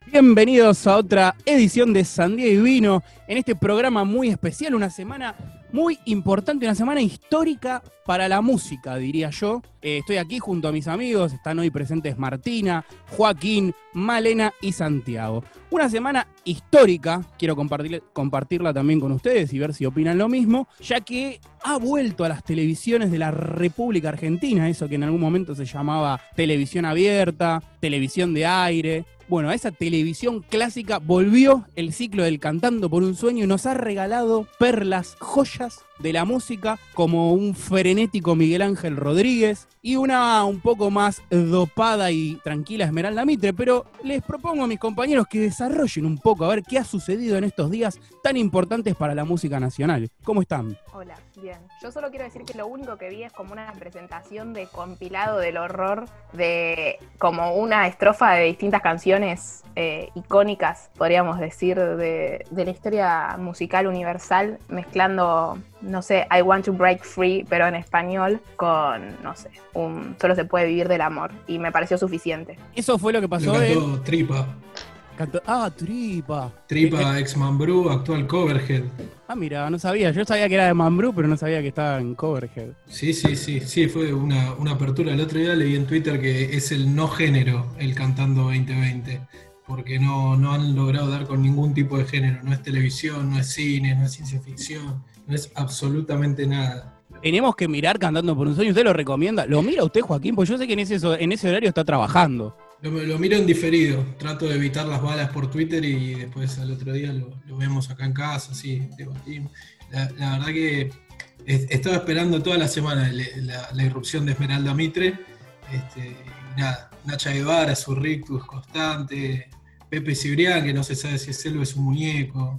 Bienvenidos a otra edición de Sandía y Vino, en este programa muy especial, una semana muy importante, una semana histórica para la música, diría yo. Estoy aquí junto a mis amigos, están hoy presentes Martina, Joaquín, Malena y Santiago. Una semana histórica, quiero compartirla también con ustedes y ver si opinan lo mismo, ya que ha vuelto a las televisiones de la República Argentina, eso que en algún momento se llamaba televisión abierta, televisión de aire. Bueno, a esa televisión clásica volvió el ciclo del Cantando por un Sueño y nos ha regalado perlas, joyas de la música, como un frenético Miguel Ángel Rodríguez y una un poco más dopada y tranquila Esmeralda Mitre. Pero les propongo a mis compañeros que desarrollen un poco a ver qué ha sucedido en estos días tan importantes para la música nacional. ¿Cómo están? Hola, bien. Yo solo quiero decir que lo único que vi es como una presentación de compilado del horror, de como una estrofa de distintas canciones icónicas, podríamos decir, de la historia musical universal, mezclando, no sé, I Want to Break Free, pero en español, con, no sé, Solo se puede vivir del amor. Y me pareció suficiente. Eso fue lo que pasó. Lo cantó Tripa. Tripa. Tripa, ex Mambrú, actual Coverhead. Mira, no sabía. Yo sabía que era de Mambrú, pero no sabía que estaba en Coverhead. Sí, fue una apertura. El otro día leí en Twitter que es el no género el Cantando 2020, porque no han logrado dar con ningún tipo de género. No es televisión, no es cine, no es ciencia ficción, no es absolutamente nada. Tenemos que mirar Cantando por un Sueño. ¿Usted lo recomienda? ¿Lo mira usted, Joaquín? Pues yo sé que en ese horario está trabajando. Lo miro en diferido, trato de evitar las balas por Twitter y después al otro día lo vemos acá en casa, sí, debatimos. La verdad que estaba esperando toda la semana la irrupción de Esmeralda Mitre, y nada, Nacha Guevara, su rictus constante, Pepe Cibrián, que no se sabe si es él o es un muñeco,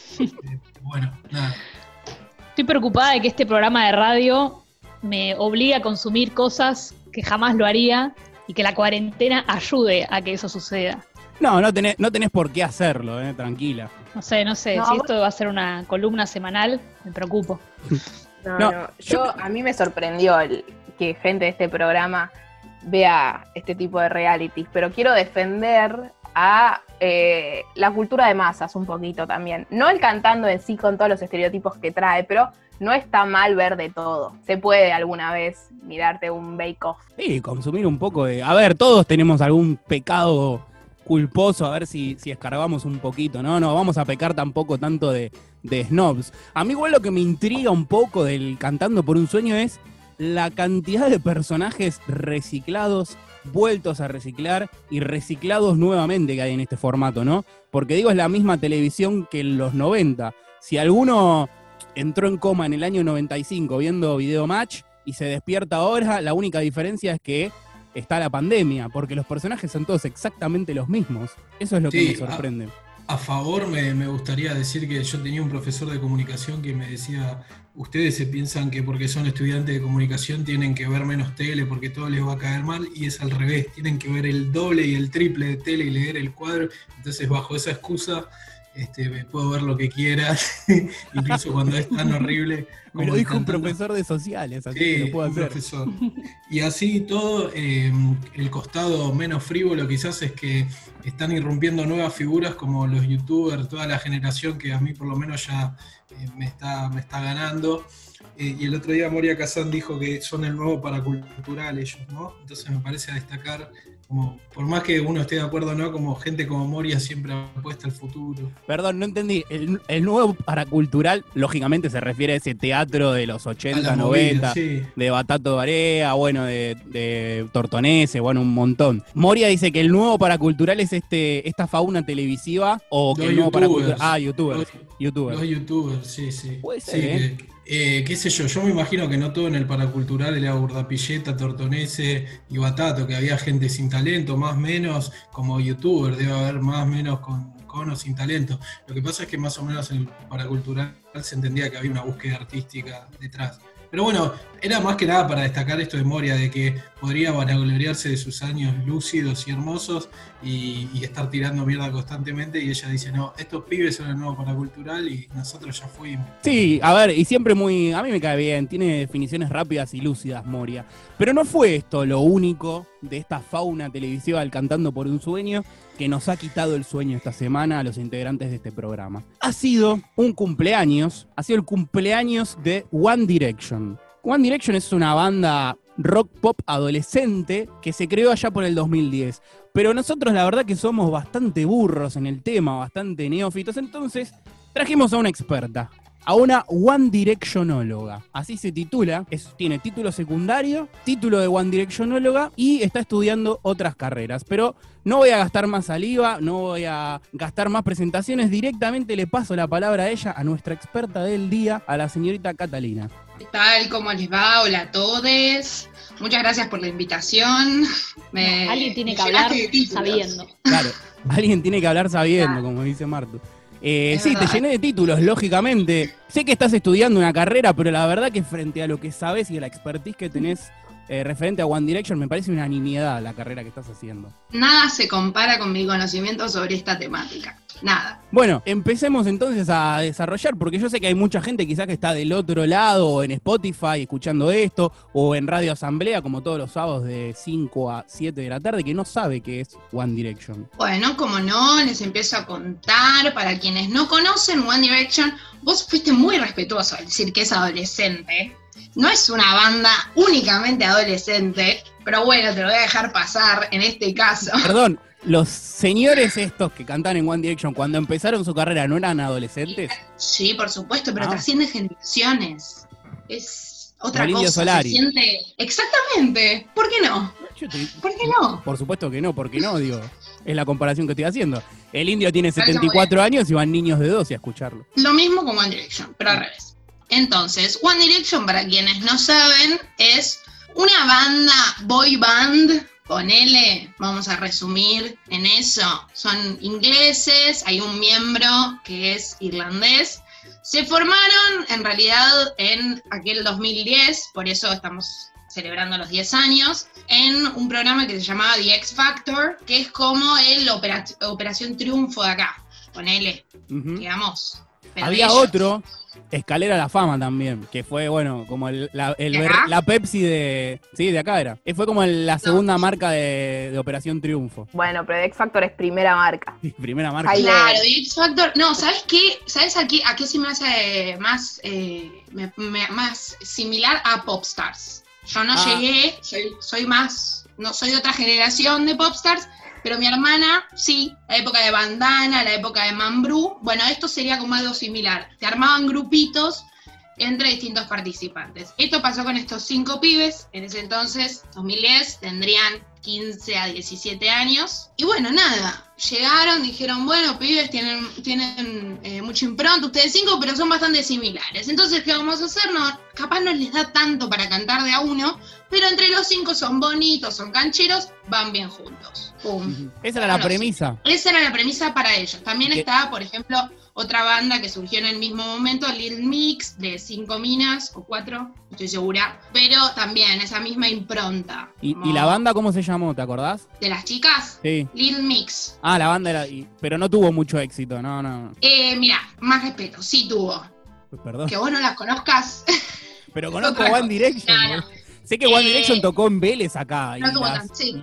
bueno, nada. Estoy preocupada de que este programa de radio me obligue a consumir cosas que jamás lo haría y que la cuarentena ayude a que eso suceda. No tenés por qué hacerlo, tranquila. No sé, si esto va a ser una columna semanal, me preocupo. No. A mí me sorprendió que gente de este programa vea este tipo de realities, pero quiero defender a la cultura de masas un poquito también. No el cantando en sí con todos los estereotipos que trae, pero no está mal ver de todo. Se puede alguna vez mirarte un bake-off. Sí, consumir un poco de... A ver, todos tenemos algún pecado culposo, a ver si escarbamos un poquito, ¿no? No vamos a pecar tampoco tanto de snobs. A mí igual lo que me intriga un poco del Cantando por un Sueño es la cantidad de personajes reciclados, vueltos a reciclar y reciclados nuevamente que hay en este formato, ¿no? Porque digo, es la misma televisión que en los 90. Si alguno entró en coma en el año 95 viendo Video Match y se despierta ahora, la única diferencia es que está la pandemia, porque los personajes son todos exactamente los mismos. Eso es lo que me sorprende. A favor me gustaría decir que yo tenía un profesor de comunicación que me decía: ustedes se piensan que porque son estudiantes de comunicación tienen que ver menos tele porque todo les va a caer mal, y es al revés, tienen que ver el doble y el triple de tele y leer el cuadro. Entonces, bajo esa excusa, puedo ver lo que quiera, incluso cuando es tan horrible. Me lo dijo un profesor de sociales, así que lo puedo hacer. Profesor. Y así todo, el costado menos frívolo quizás es que están irrumpiendo nuevas figuras como los youtubers, toda la generación que a mí por lo menos ya me está ganando. Y el otro día Moria Kazan dijo que son el nuevo paracultural ellos, ¿no? Entonces me parece a destacar, como, por más que uno esté de acuerdo o no, como gente como Moria siempre apuesta al futuro. Perdón, no entendí. El nuevo paracultural, lógicamente se refiere a ese teatro de los 80, 90, sí, de Batato Barea, bueno, de Tortonese, bueno, un montón. Moria dice que el nuevo paracultural es esta fauna televisiva, o que el nuevo paracultural... YouTubers. Los youtubers, sí. Puede ser, sí, qué sé yo me imagino que no todo en el paracultural era Urdapilleta, Tortonese y Batato, que había gente sin talento, más o menos como youtuber, debe haber más o menos con o sin talento. Lo que pasa es que más o menos en el paracultural se entendía que había una búsqueda artística detrás. Pero bueno, era más que nada para destacar esto de Moria, de que podría vanagloriarse de sus años lúcidos y hermosos y estar tirando mierda constantemente, y ella dice, no, estos pibes son el nuevo paracultural y nosotros ya fuimos. Sí, a ver, y siempre a mí me cae bien, tiene definiciones rápidas y lúcidas Moria, pero no fue esto lo único de esta fauna televisiva del Cantando por un Sueño que nos ha quitado el sueño esta semana a los integrantes de este programa. Ha sido el cumpleaños de One Direction. One Direction es una banda rock pop adolescente que se creó allá por el 2010. Pero nosotros la verdad que somos bastante burros en el tema, bastante neófitos, entonces trajimos a una experta, a una One Directionóloga. Así se titula, tiene título secundario, título de One Directionóloga y está estudiando otras carreras. Pero no voy a gastar más saliva, no voy a gastar más presentaciones, directamente le paso la palabra a ella, a nuestra experta del día, a la señorita Catalina. ¿Qué tal? ¿Cómo les va? Hola a todos. Muchas gracias por la invitación. Alguien tiene que hablar sabiendo. Claro, alguien tiene que hablar sabiendo, como dice Martu. Sí, te llené de títulos, lógicamente. Sé que estás estudiando una carrera, pero la verdad que frente a lo que sabes y a la expertise que tenés referente a One Direction, me parece una nimiedad la carrera que estás haciendo. Nada se compara con mi conocimiento sobre esta temática. Nada. Bueno, empecemos entonces a desarrollar, porque yo sé que hay mucha gente quizás que está del otro lado, o en Spotify, escuchando esto, o en Radio Asamblea, como todos los sábados de 5 a 7 de la tarde, que no sabe qué es One Direction. Bueno, como no, les empiezo a contar. Para quienes no conocen One Direction, vos fuiste muy respetuoso al decir que es adolescente. No es una banda únicamente adolescente, pero bueno, te lo voy a dejar pasar en este caso. Perdón, ¿los señores estos que cantan en One Direction cuando empezaron su carrera no eran adolescentes? Sí, por supuesto, pero trasciende generaciones. Es otra Indio cosa. Solari. Se siente... Exactamente. ¿Por qué no? ¿Por qué no? Por supuesto que no, porque no, digo. Es la comparación que estoy haciendo. El Indio tiene 74 años y van niños de 12 a escucharlo. Lo mismo con One Direction, pero al revés. Entonces, One Direction, para quienes no saben, es una banda boy band. Ponele, vamos a resumir en eso. Son ingleses, hay un miembro que es irlandés. Se formaron en realidad en aquel 2010, por eso estamos celebrando los 10 años, en un programa que se llamaba The X Factor, que es como el Operación Triunfo de acá. Ponele, digamos. Había otro, Escalera a la Fama también, que fue, bueno, como la Pepsi de acá era. Fue como la segunda marca de Operación Triunfo. Bueno, pero The X Factor es primera marca. Primera marca. Claro, The X Factor, no, ¿sabes qué? ¿Sabes a qué se me hace más similar a Popstars? Yo no llegué, soy más, no soy de otra generación de Popstars, pero mi hermana, sí, la época de Bandana, la época de Mambrú, bueno, esto sería como algo similar. Se armaban grupitos entre distintos participantes. Esto pasó con estos 5 pibes, en ese entonces, 2010, tendrían 15 a 17 años. Y bueno, nada, llegaron, dijeron, bueno, pibes, tienen mucho impronta, ustedes 5, pero son bastante similares. Entonces, ¿qué vamos a hacer? No, capaz no les da tanto para cantar de a uno, pero entre los 5 son bonitos, son cancheros, van bien juntos. Pum. Esa era la premisa. Esa era la premisa para ellos. También está, por ejemplo, otra banda que surgió en el mismo momento, Little Mix, de 5 minas, o 4, no estoy segura, pero también esa misma impronta. ¿Y la banda cómo se llamó, te acordás? ¿De las chicas? Sí. Little Mix. Ah, la banda era... pero no tuvo mucho éxito, no. Mira, más respeto, sí tuvo. Perdón. Que vos no las conozcas. Pero conozco One Direction. No. Sé que One Direction tocó en Vélez acá. No tuvo tanto, sí.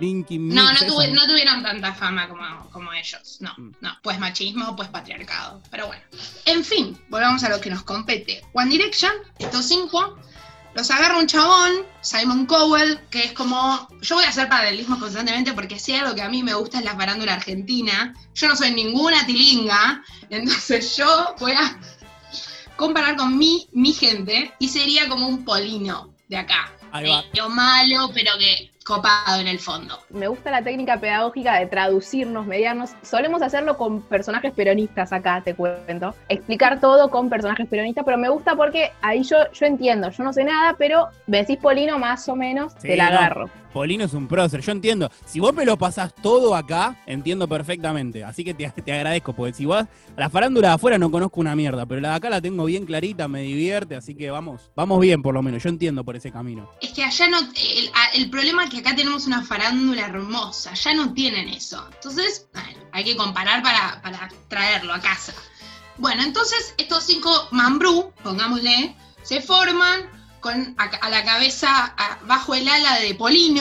No tuvieron tanta fama como ellos. No. Pues machismo, pues patriarcado. Pero bueno. En fin, volvamos a lo que nos compete. One Direction, estos 5, los agarra un chabón, Simon Cowell, que es como... Yo voy a hacer paralelismos constantemente porque si algo que a mí me gusta es la farándula argentina. Yo no soy ninguna tilinga, entonces yo voy a comparar con mi gente y sería como un Polino de acá. Medio malo, pero que copado en el fondo. Me gusta la técnica pedagógica de traducirnos, mediarnos. Solemos hacerlo con personajes peronistas acá, te cuento. Explicar todo con personajes peronistas, pero me gusta porque ahí yo entiendo. Yo no sé nada, pero me decís Polino más o menos, sí, te la agarro. Polino es un prócer, yo entiendo. Si vos me lo pasás todo acá, entiendo perfectamente. Así que te agradezco, porque si vos, la farándula de afuera no conozco una mierda, pero la de acá la tengo bien clarita, me divierte, así que vamos bien por lo menos, yo entiendo por ese camino. Es que allá no, el problema es que acá tenemos una farándula hermosa, allá no tienen eso. Entonces, bueno, hay que comparar para traerlo a casa. Bueno, entonces estos 5 Mambrú, pongámosle, se forman con a la cabeza, bajo el ala de Polino,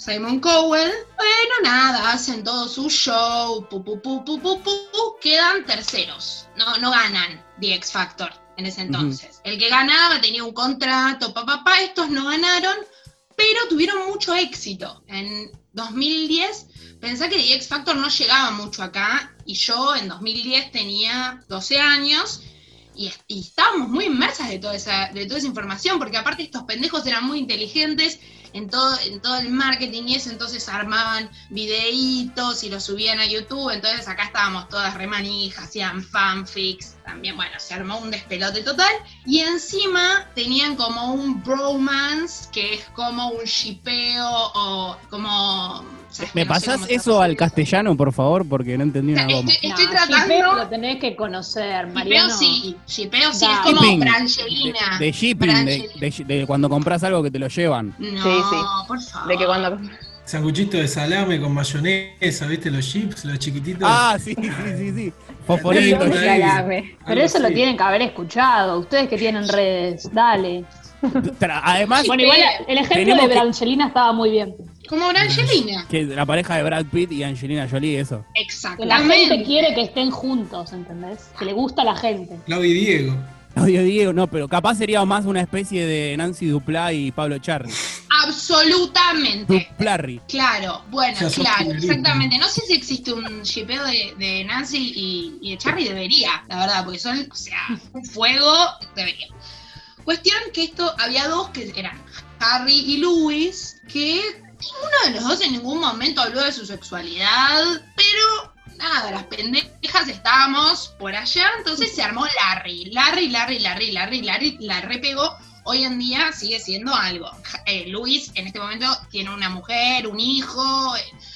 Simon Cowell. Bueno, nada, hacen todo su show, quedan terceros, no ganan The X Factor en ese entonces. El que ganaba tenía un contrato, estos no ganaron, pero tuvieron mucho éxito. En 2010, pensá que The X Factor no llegaba mucho acá, y yo en 2010 tenía 12 años, y estábamos muy inmersas de toda esa información, porque aparte estos pendejos eran muy inteligentes en todo el marketing y eso, entonces armaban videitos y los subían a YouTube, entonces acá estábamos todas remanijas, hacían fanfics, también, bueno, se armó un despelote total, y encima tenían como un bromance, que es como un shipeo, o como... ¿Me pasás eso al castellano, por favor? Porque no entendí una goma. Estoy tratando... Lo tenés que conocer, Shipeo Mariano. Shipeo sí, es como Shipping. Brangelina. De shipping, de cuando compras algo que te lo llevan. No, Sí. por favor. De que cuando... Sanguchito de salame con mayonesa, ¿viste? Los chips, los chiquititos. Ah, sí. Fosforito. Ahí. Salame. Pero eso Algo lo así. tienen que haber escuchado. Ustedes que tienen redes, dale. Además, Bueno, igual el ejemplo tenemos de que- Brangelina estaba muy bien. Como Brangelina. que la pareja de Brad Pitt y Angelina Jolie, eso. Que la Exactamente. gente quiere que estén juntos, ¿entendés? Que le gusta a la gente. Claudio y Diego. Odio Diego, no, pero capaz sería más una especie de Nancy Duplá y Pablo Charri. Absolutamente. Duplarri. Claro, bueno, Ya sos claro, un exactamente. No sé si existe un shipeo de Nancy y de Charlie, debería, la verdad, porque son, o sea, un fuego, debería. Cuestión que esto, había dos que eran Harry y Louis, que ninguno de los dos en ningún momento habló de su sexualidad, pero nada, las pendejas estábamos por allá, entonces se armó Larry la repegó. Hoy en día sigue siendo algo. Luis en este momento tiene una mujer, un hijo.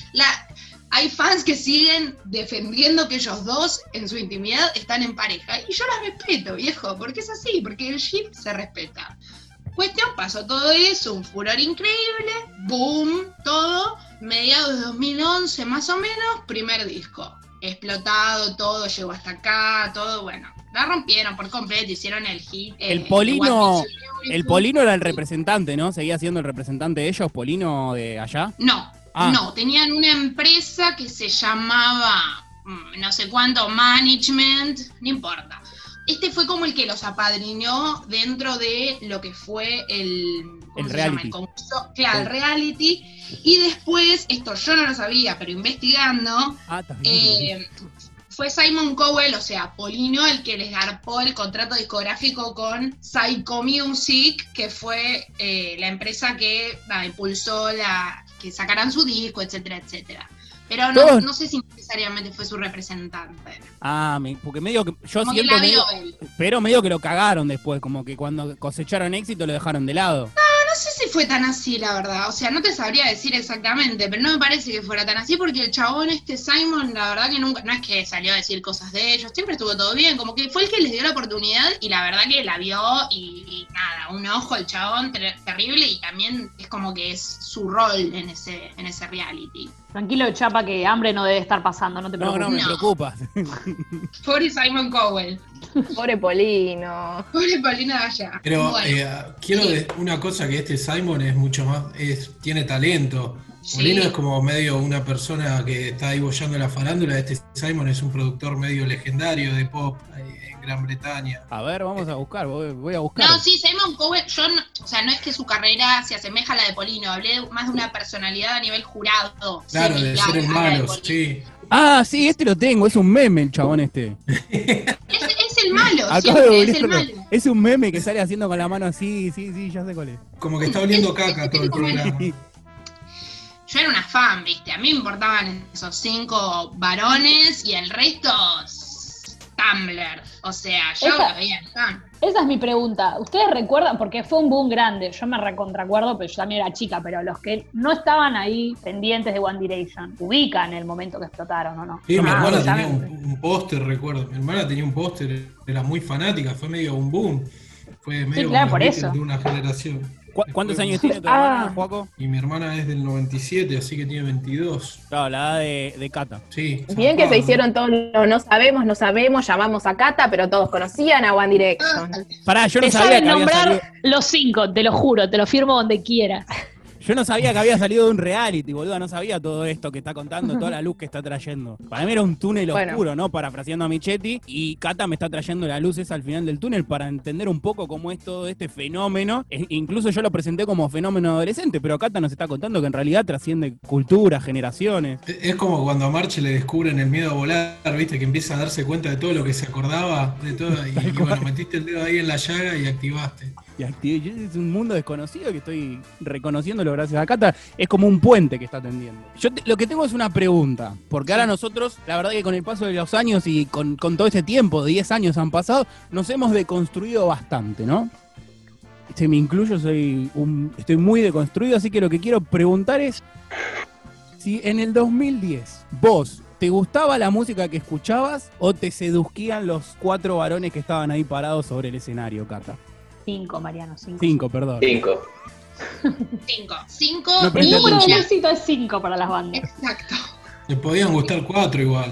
Hay fans que siguen defendiendo que ellos dos en su intimidad están en pareja. Y yo las respeto, viejo, porque es así, porque el ship se respeta. Cuestión, pasó todo eso, un furor increíble, boom, todo. Mediados de 2011 más o menos, primer disco. Explotado, todo, llegó hasta acá, todo, bueno. La rompieron por completo, hicieron el hit. El Polino, What We Should Do. el Polino era el representante, ¿no? Seguía siendo el representante de ellos, Polino de allá. No, Ah. no, tenían una empresa que se llamaba, no sé cuánto, Management, no importa. Este fue como el que los apadrinó dentro de lo que fue el ¿cómo El se llama? reality. El concurso, claro, el reality. Y después, esto yo no lo sabía, pero investigando, Está bien. fue Simon Cowell, o sea, Polino, el que les garpó el contrato discográfico con Psycho Music, que fue la empresa que impulsó que sacaran su disco, etcétera, etcétera. Pero Todos- no sé si necesariamente fue su representante. Porque medio que yo Como que siento la medio, vio él. pero medio que lo cagaron después, como que cuando cosecharon éxito lo dejaron de lado. No sé si fue tan así, la verdad. O sea, no te sabría decir exactamente, pero no me parece que fuera tan así porque el chabón Simon, la verdad que nunca, no es que salió a decir cosas de ellos, siempre estuvo todo bien, como que fue el que les dio la oportunidad y la verdad que la vio y nada, un ojo el chabón terrible y también es como que es su rol en ese reality. Tranquilo, Chapa, que hambre no debe estar pasando, no te No, preocupes. no, me No. preocupa. Pobre Simon Cowell, Pobre Polino. pobre Paulina de allá. Pero Bueno, quiero sí. decir una cosa, que Simon es mucho más, tiene talento. Sí. Polino es como medio una persona que está ahí boyando la farándula. Simon es un productor medio legendario de pop en Gran Bretaña. A ver, vamos a buscar, voy a buscar. No, sí, Simon Cowell, o sea, no es que su carrera se asemeja a la de Polino, hablé más de una personalidad a nivel jurado. Claro, de similar ser el a la de malo, Polino. sí. Ah, sí, este lo tengo, es un meme el chabón este. Es el malo, Acabo de siempre es el googlearlo. malo. Es un meme que sale haciendo con la mano así, sí, ya sé cuál es. Como que está oliendo caca todo el programa. Yo era una fan, ¿viste? A mí me importaban esos 5 varones y el resto Tumblr. O sea, yo Esa- lo veía en fan. Esa es mi pregunta. ¿Ustedes recuerdan? Porque fue un boom grande. Yo me recontracuerdo, pero yo también era chica. Pero los que no estaban ahí pendientes de One Direction, ubican el momento que explotaron, ¿o no? Sí, mi hermana ya tenía me- un póster, recuerdo. Mi hermana tenía un póster, era muy fanática, fue medio un boom. Fue medio claro, como por los Beatles eso. de una generación. ¿Cuántos Después- años tiene tu hermana, Ah. Joaco? Y mi hermana es del 97, así que tiene 22. Claro, la edad de Cata. Sí. Bien que zarpado. se hicieron todos los no sabemos, llamamos a Cata, pero todos conocían a One Direction. Pará, yo no Te sabía saben que había nombrar salido. los 5, te lo juro, te lo firmo donde quiera. Yo no sabía que había salido de un reality, boludo. No sabía todo esto que está contando, toda la luz que está trayendo. Para mí era un túnel oscuro, ¿no? Parafraseando a Michetti. Y Cata me está trayendo la luz esa al final del túnel para entender un poco cómo es todo este fenómeno. Incluso yo lo presenté como fenómeno adolescente, pero Cata nos está contando que en realidad trasciende culturas, generaciones. Es como cuando a Marche le descubren el miedo a volar, ¿viste? Que empieza a darse cuenta de todo lo que se acordaba, de todo. Y bueno, metiste el dedo ahí en la llaga y activaste. Y es un mundo desconocido que estoy reconociéndolo gracias a Cata. Es como un puente que está tendiendo. Lo que tengo es una pregunta, porque ahora nosotros, la verdad que con el paso de los años y con todo este tiempo, 10 años han pasado, nos hemos deconstruido bastante, ¿no? Se me incluyo, estoy muy deconstruido, así que lo que quiero preguntar es si en el 2010 vos ¿te gustaba la música que escuchabas o te seducían los 4 varones que estaban ahí parados sobre el escenario, Cata? 5, Mariano, 5. 5, perdón. 5. 5. No, El número de Mira, éxito es 5 para las bandas. exacto. Le podían gustar 4 igual.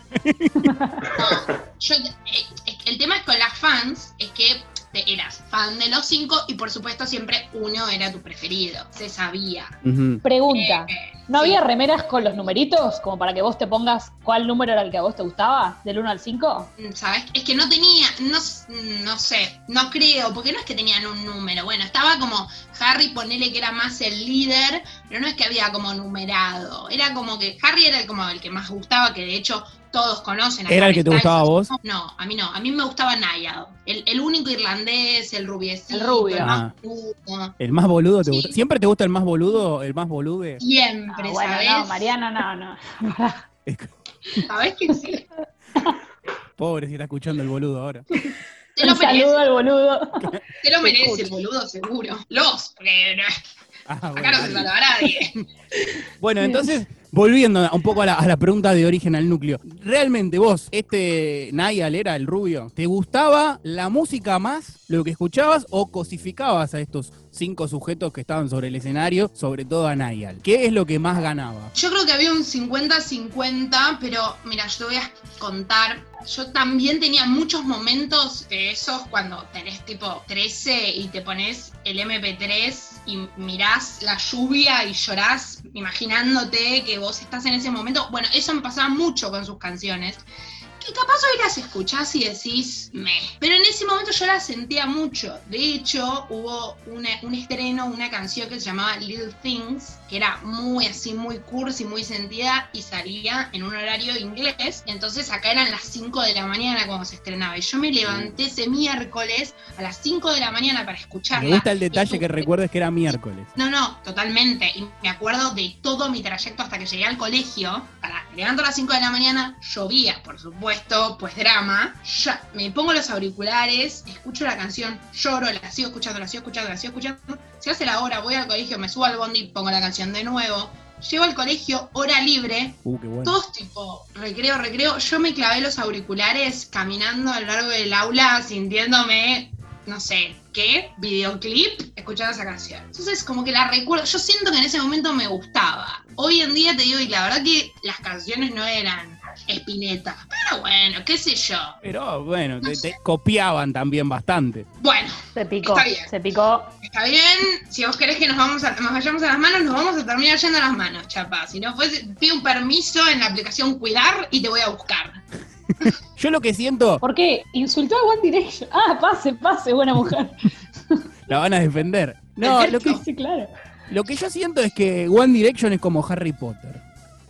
No, el tema es con las fans, es que eras fan de los 5 y por supuesto siempre uno era tu preferido, se sabía. Pregunta, ¿no sí. había remeras con los numeritos? Como para que vos te pongas cuál número era el que a vos te gustaba, del 1 al 5. ¿Sabes? Es que no tenía, no sé, no creo, porque no es que tenían un número. Bueno, estaba como Harry, ponele que era más el líder, pero no es que había como numerado. Era como que Harry era como el que más gustaba, que de hecho todos conocen. ¿Era el que te gustaba a vos? No, a mí no. A mí me gustaba Niall. El único irlandés, el rubiecito. El rubio. El más boludo. ¿El más boludo te Sí. gusta? ¿Siempre te gusta el más boludo, el más bolude? Siempre, Bueno, ¿sabes? no, Mariano, no. ¿Sabes que sí? Pobre si está escuchando el boludo ahora. Te lo Un saludo merece, al boludo. te lo merece el boludo, seguro. Porque Ah, acá no se salva a nadie. Bueno, entonces, volviendo un poco a la pregunta de origen, al núcleo. ¿Realmente vos, Niall era el rubio, te gustaba la música más, lo que escuchabas, o cosificabas a estos 5 sujetos que estaban sobre el escenario, sobre todo a Niall? ¿Qué es lo que más ganaba? Yo creo que había un 50-50, pero mira, yo te voy a contar. Yo también tenía muchos momentos de esos cuando tenés tipo 13 y te pones el MP3 y mirás la lluvia y llorás imaginándote que vos estás en ese momento. Bueno, eso me pasaba mucho con sus canciones. Que capaz hoy las escuchás y decís, meh. Pero en ese momento yo las sentía mucho. De hecho, hubo un estreno, una canción que se llamaba Little Things, que era muy así, muy cursi, muy sentida, y salía en un horario inglés. Entonces acá eran las 5 de la mañana cuando se estrenaba. Y yo me levanté ese miércoles a las 5 de la mañana para escucharla. Me gusta el detalle que recuerdes que era miércoles. No, totalmente. Y me acuerdo de todo mi trayecto hasta que llegué al colegio. Me levanto a las 5 de la mañana, llovía, por supuesto, pues drama. Ya, me pongo los auriculares, escucho la canción, lloro, la sigo escuchando. Se hace la hora, voy al colegio, me subo al bondi, pongo la canción de nuevo. Llego al colegio, hora libre. Qué bueno. Todos tipo, recreo. Yo me clavé los auriculares caminando a lo largo del aula, sintiéndome, no sé, ¿qué? Videoclip, escuchando esa canción. Entonces, como que la recuerdo. Yo siento que en ese momento me gustaba. Hoy en día te digo, y la verdad que las canciones no eran Spinetta. Pero bueno, qué sé yo. Pero bueno, te copiaban también bastante. Bueno, Se picó, Está bien. se picó. está bien. Si vos querés que nos vayamos a las manos, nos vamos a terminar yendo a las manos, chapa. Si no fuese, pido un permiso en la aplicación Cuidar y te voy a buscar. Yo lo que siento, ¿Por qué? Insultó a One Direction. Ah, pase, buena mujer. la van a defender. No, Sí, claro. lo que yo siento es que One Direction es como Harry Potter.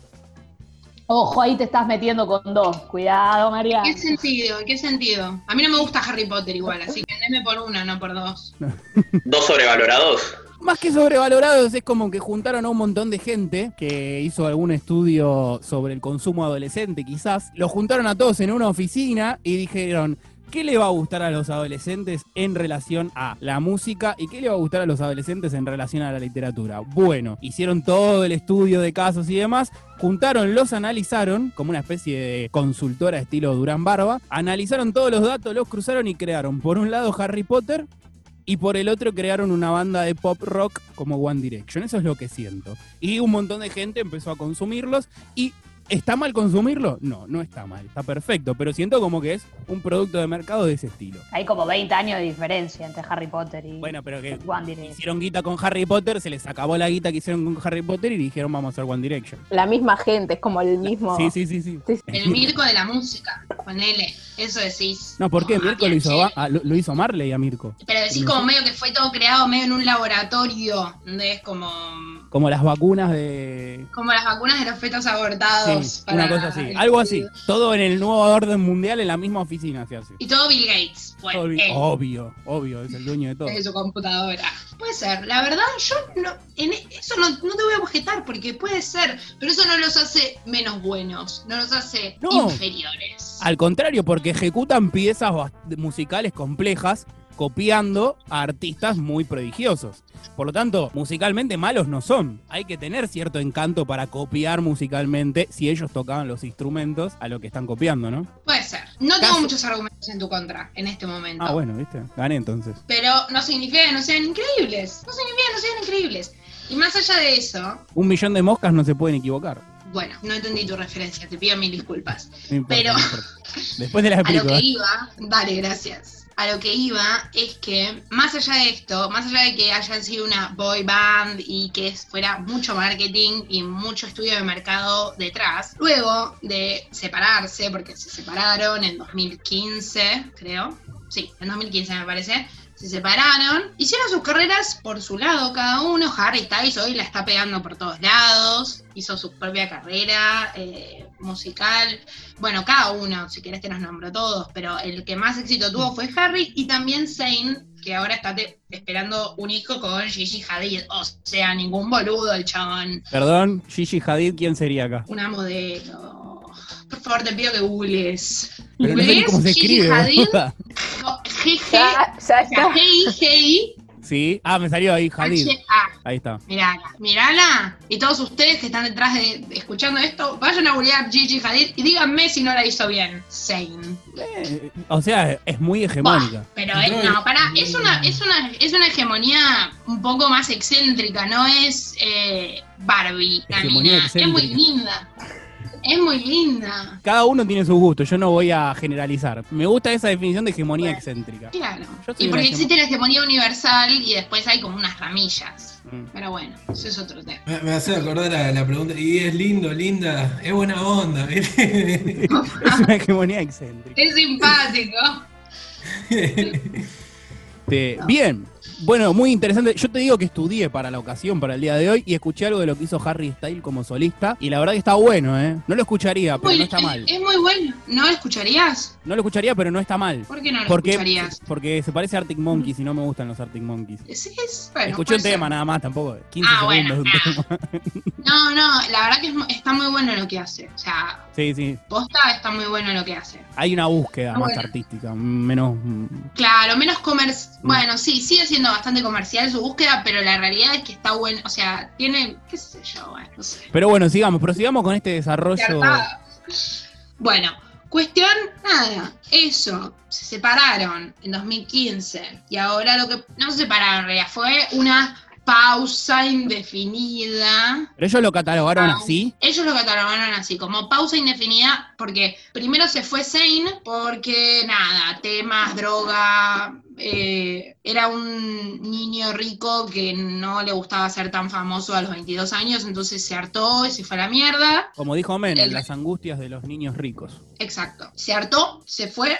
Ojo, ahí te estás metiendo con 2. Cuidado, María. ¿Qué sentido? A mí no me gusta Harry Potter igual, así que deme por 1, no por 2. 2 sobrevalorados. Más que sobrevalorados, es como que juntaron a un montón de gente que hizo algún estudio sobre el consumo adolescente, quizás. Los juntaron a todos en una oficina y dijeron, ¿qué le va a gustar a los adolescentes en relación a la música y qué le va a gustar a los adolescentes en relación a la literatura? Bueno, hicieron todo el estudio de casos y demás, juntaron, los analizaron, como una especie de consultora estilo Durán Barba, analizaron todos los datos, los cruzaron y crearon, por un lado, Harry Potter, y por el otro crearon una banda de pop rock como One Direction. Eso es lo que siento. Y un montón de gente empezó a consumirlos y ¿Está mal consumirlo? No, no está mal, está perfecto, pero siento como que es un producto de mercado de ese estilo. Hay como 20 años de diferencia entre Harry Potter y Bueno, pero que One Direction. hicieron guita con Harry Potter, se les acabó la guita que hicieron con Harry Potter y dijeron vamos a hacer One Direction. La misma gente, es como el mismo. Sí. El Mirko de la música, ponele, eso decís. No, ¿por qué? Como, Mirko lo hizo Marley a Mirko. Pero decís como medio que fue todo creado medio en un laboratorio, donde es como Las vacunas de... como las vacunas de los fetos abortados. Sí, una cosa así, el algo así. COVID. Todo en el nuevo orden mundial en la misma oficina se hace. Y todo Bill Gates, bueno, él, Obvio, es el dueño de todo. desde su computadora. Puede ser, la verdad, yo no, eso no te voy a objetar, porque puede ser, pero eso no los hace menos buenos, no los hace inferiores. Al contrario, porque ejecutan piezas musicales complejas copiando a artistas muy prodigiosos. Por lo tanto, musicalmente malos no son. Hay que tener cierto encanto para copiar musicalmente si ellos tocaban los instrumentos a lo que están copiando, ¿no? Puede ser. No tengo muchos argumentos en tu contra en este momento. Ah, bueno, ¿viste? Gané entonces. Pero no significa que no sean increíbles. No significa que no sean increíbles. Y más allá de eso, 1.000.000 de moscas no se pueden equivocar. bueno, no entendí tu referencia, te pido mil disculpas. No importa, Pero no importa. Después de las a lo películas. que iba, vale, gracias. A lo que iba es que, más allá de esto, más allá de que hayan sido una boy band y que fuera mucho marketing y mucho estudio de mercado detrás, luego de separarse, porque se separaron en 2015, creo, sí, en 2015 me parece, se separaron, hicieron sus carreras por su lado cada uno. Harry Styles hoy la está pegando por todos lados, hizo su propia carrera musical. Bueno, cada uno, si querés te los nombro todos, pero el que más éxito tuvo fue Harry, y también Zayn, que ahora está esperando un hijo con Gigi Hadid. O sea, ningún boludo el chabón. Perdón, Gigi Hadid, ¿quién sería acá? Una modelo. Por favor, te pido que googles. Pero no sé ni cómo se Gigi escribe, Hadid. boluda. GG. Ya está. G-I-G-I. Sí, me salió ahí Hadid. H-A. Ahí está. Mirala, y todos ustedes que están detrás de escuchando esto, vayan a googlear Gigi Hadid y díganme si no la hizo bien. Zayn. O sea, es muy hegemónica. Pero es una hegemonía un poco más excéntrica, no es Barbie, la Hegemonía mina. Es muy excéntrica. linda. Es muy linda. Cada uno tiene su gusto, yo no voy a generalizar. Me gusta esa definición de hegemonía Bueno. excéntrica. Claro. Yo soy Y una porque existe la hegemonía universal y después hay como unas ramillas. Mm. Pero bueno, eso es otro tema. Me hace acordar a la pregunta, y es lindo, linda, es buena onda, ¿viste? Es una hegemonía excéntrica. Es simpático. Bien, bueno, muy interesante. Yo te digo que estudié para la ocasión, para el día de hoy, y escuché algo de lo que hizo Harry Styles como solista, y la verdad que está bueno, ¿eh? No lo escucharía, pero no está mal. Es muy bueno. ¿No lo escucharías? No lo escucharía, pero no está mal. ¿Por qué no lo Porque, escucharías? porque se parece a Arctic Monkeys y no me gustan los Arctic Monkeys. Bueno, Escuché puede un tema ser. nada más, tampoco 15 Ah, segundos bueno, de un tema. No, la verdad que está muy bueno lo que hace. O sea, Sí, posta está muy bueno lo que hace. hay una búsqueda más Bueno. artística, menos... Claro, menos comercial. Bueno, sí, sigue siendo bastante comercial su búsqueda, pero la realidad es que está bueno. O sea, tiene, qué sé yo, bueno, no sé. Pero bueno, prosigamos con este desarrollo. Cartada. Bueno, cuestión, nada, eso, se separaron en 2015 y ahora lo que, no se separaron en realidad, fue una pausa indefinida. Pero ellos lo catalogaron así. Ellos lo catalogaron así, como pausa indefinida, porque primero se fue Zayn, porque nada, temas, droga, era un niño rico que no le gustaba ser tan famoso a los 22 años, entonces se hartó y se fue a la mierda. Como dijo Menem, El- las angustias de los niños ricos. Exacto. Se hartó, se fue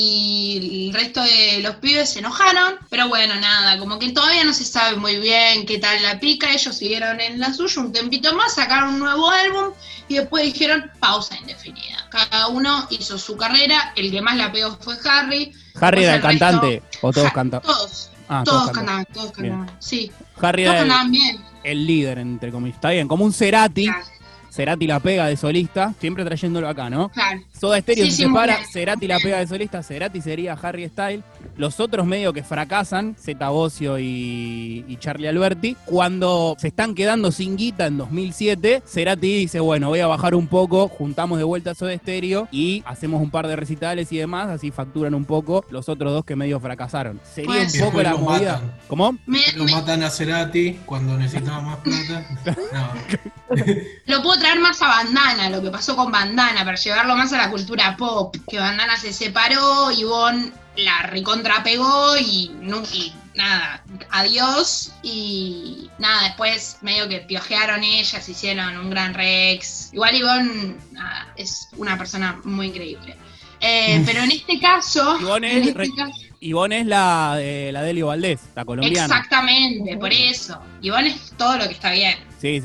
y el resto de los pibes se enojaron. Pero bueno, nada, como que todavía no se sabe muy bien qué tal la pica. Ellos siguieron en la suya un tempito más, sacaron un nuevo álbum y después dijeron pausa indefinida. Cada uno hizo su carrera, el que más la pegó fue Harry. Harry Después era el el resto- cantante, o todos cantaban. Todos. Ah, Todos cantaban. cantaban, todos Bien. cantaban. Sí, Harry todos era cantaban bien. el líder, entre comillas. Está bien, como un Cerati. Claro, Cerati la pega de solista, siempre trayéndolo acá, ¿no? claro. Soda Stereo Sí, se sí, muy separa, bien. Cerati la pega de solista, Cerati sería Harry Styles. Los otros medio que fracasan, Zeta Bosio y Charlie Alberti. Cuando se están quedando sin guita en 2007, Cerati dice, bueno, voy a bajar un poco, juntamos de vuelta a Soda Stereo y hacemos un par de recitales y demás, así facturan un poco los otros dos que medio fracasaron. Sería Puede un ser. poco la Después lo movida. matan. ¿Cómo? Lo matan a Cerati cuando necesitaba más plata. No. Lo puedo traer más a Bandana, lo que pasó con Bandana, para llevarlo más a la cultura pop, que Bandana se separó, Yvonne la recontrapegó y nada, adiós, y nada, después medio que piojearon ellas, hicieron un gran Rex. Igual Yvonne, nada, es una persona muy increíble. Pero en este caso... Yvonne es la de Delio Valdés, la colombiana. Exactamente, por eso. Yvonne es todo lo que está bien. Sí.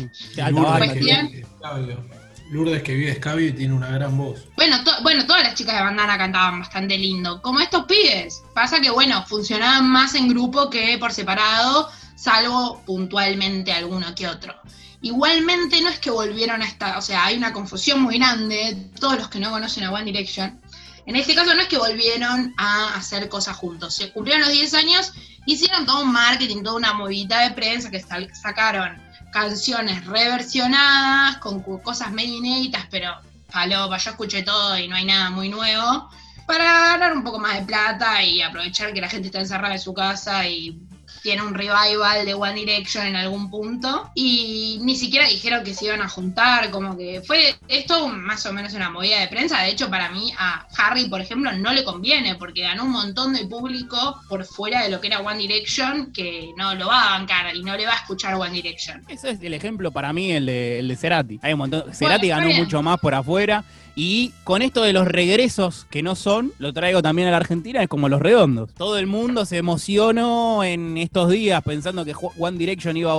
Lourdes, que vive escabio y tiene una gran voz. Bueno, todas las chicas de Bandana cantaban bastante lindo. Como estos pibes. Pasa que, bueno, funcionaban más en grupo que por separado, salvo puntualmente alguno que otro. Igualmente no es que volvieron a estar, o sea, hay una confusión muy grande, todos los que no conocen a One Direction. En este caso no es que volvieron a hacer cosas juntos. Se cumplieron los 10 años, hicieron todo un marketing, toda una movida de prensa que sacaron canciones reversionadas, con cosas medio inéditas, pero falopa, yo escuché todo y no hay nada muy nuevo, para ganar un poco más de plata y aprovechar que la gente está encerrada en su casa y tiene un revival de One Direction en algún punto, y ni siquiera dijeron que se iban a juntar, como que fue esto más o menos una movida de prensa. De hecho, para mí a Harry, por ejemplo, no le conviene, porque ganó un montón de público por fuera de lo que era One Direction, que no lo va a bancar y no le va a escuchar One Direction. Ese es el ejemplo para mí, el de Cerati. Hay un montón. Cerati ganó mucho más por afuera. Y con esto de los regresos que no son, lo traigo también a la Argentina, es como Los Redondos. Todo el mundo se emocionó en estos días pensando que One Direction iba a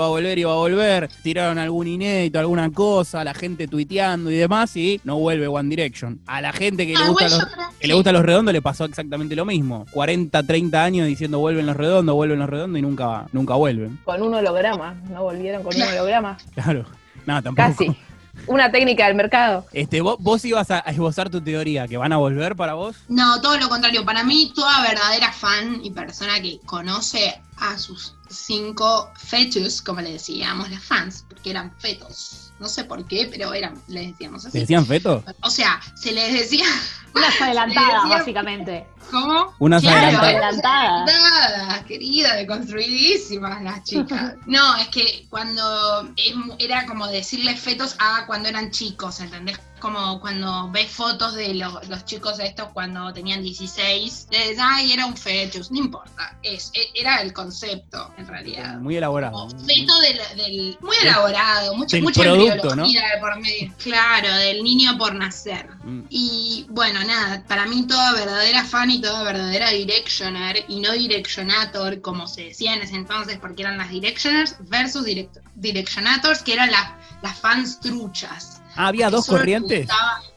volver. Tiraron algún inédito, alguna cosa, la gente tuiteando y demás, y no vuelve One Direction. A la gente que le gusta Los Redondos le pasó exactamente lo mismo. 40, 30 años diciendo vuelven Los Redondos y nunca vuelven. Con un holograma, ¿no volvieron con un holograma? Claro, no, tampoco. Casi. Una técnica del mercado. Vos ibas a esbozar tu teoría, ¿que van a volver para vos? No, todo lo contrario. Para mí, toda verdadera fan y persona que conoce a sus 5 fetus, como le decíamos las fans, porque eran fetos. No sé por qué, pero les decíamos así. ¿Se decían fetos? O sea, se les decía... Unas adelantadas, básicamente. ¿Cómo? Unas adelantadas, querida, deconstruidísimas las chicas. No, es que cuando era como decirle fetos a cuando eran chicos, ¿entendés? Como cuando ves fotos de los chicos estos cuando tenían 16, le dices, ay, era un fetus, no importa, era el concepto, en realidad. Muy elaborado. O feto muy elaborado, mucha producto, ¿no? Por medio, claro, del niño por nacer. Y bueno, nada, para mí toda verdadera fan y toda verdadera directioner y no directionator, como se decía en ese entonces, porque eran las directioners versus directionators, que eran las fans truchas. Ah, ¿había dos corrientes?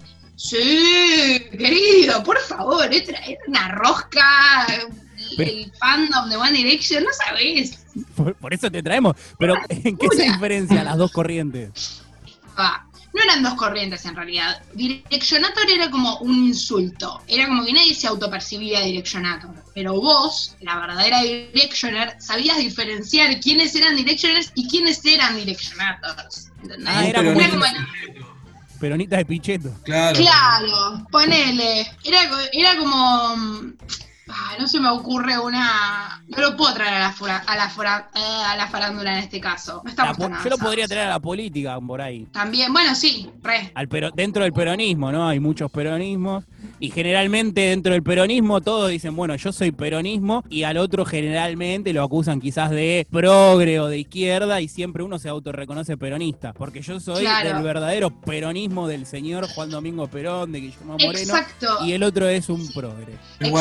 Sí, querido, por favor, era una rosca. El fandom de One Direction, no sabés. Por eso te traemos. Pero, ¿en qué se diferencia las dos corrientes? No eran dos corrientes en realidad. Directionator era como un insulto. Era como que nadie se autopercibía Directionator. Pero vos, la verdadera Directioner, sabías diferenciar quiénes eran Directioners y quiénes eran Directionators. ¿Entendés? Ah, era como Peronita de Pichetto. Claro, ponele. Era como... no se me ocurre una... No lo puedo traer a la farándula en este caso. No estamos tan yo lo podría traer a la política por ahí. También, bueno, sí, re. Dentro del peronismo, ¿no? Hay muchos peronismos. Y generalmente dentro del peronismo todos dicen, bueno, yo soy peronismo. Y al otro generalmente lo acusan quizás de progre o de izquierda. Y siempre uno se autorreconoce peronista. Porque yo soy del verdadero peronismo del señor Juan Domingo Perón, de Guillermo Moreno. Exacto. Y el otro es un progre.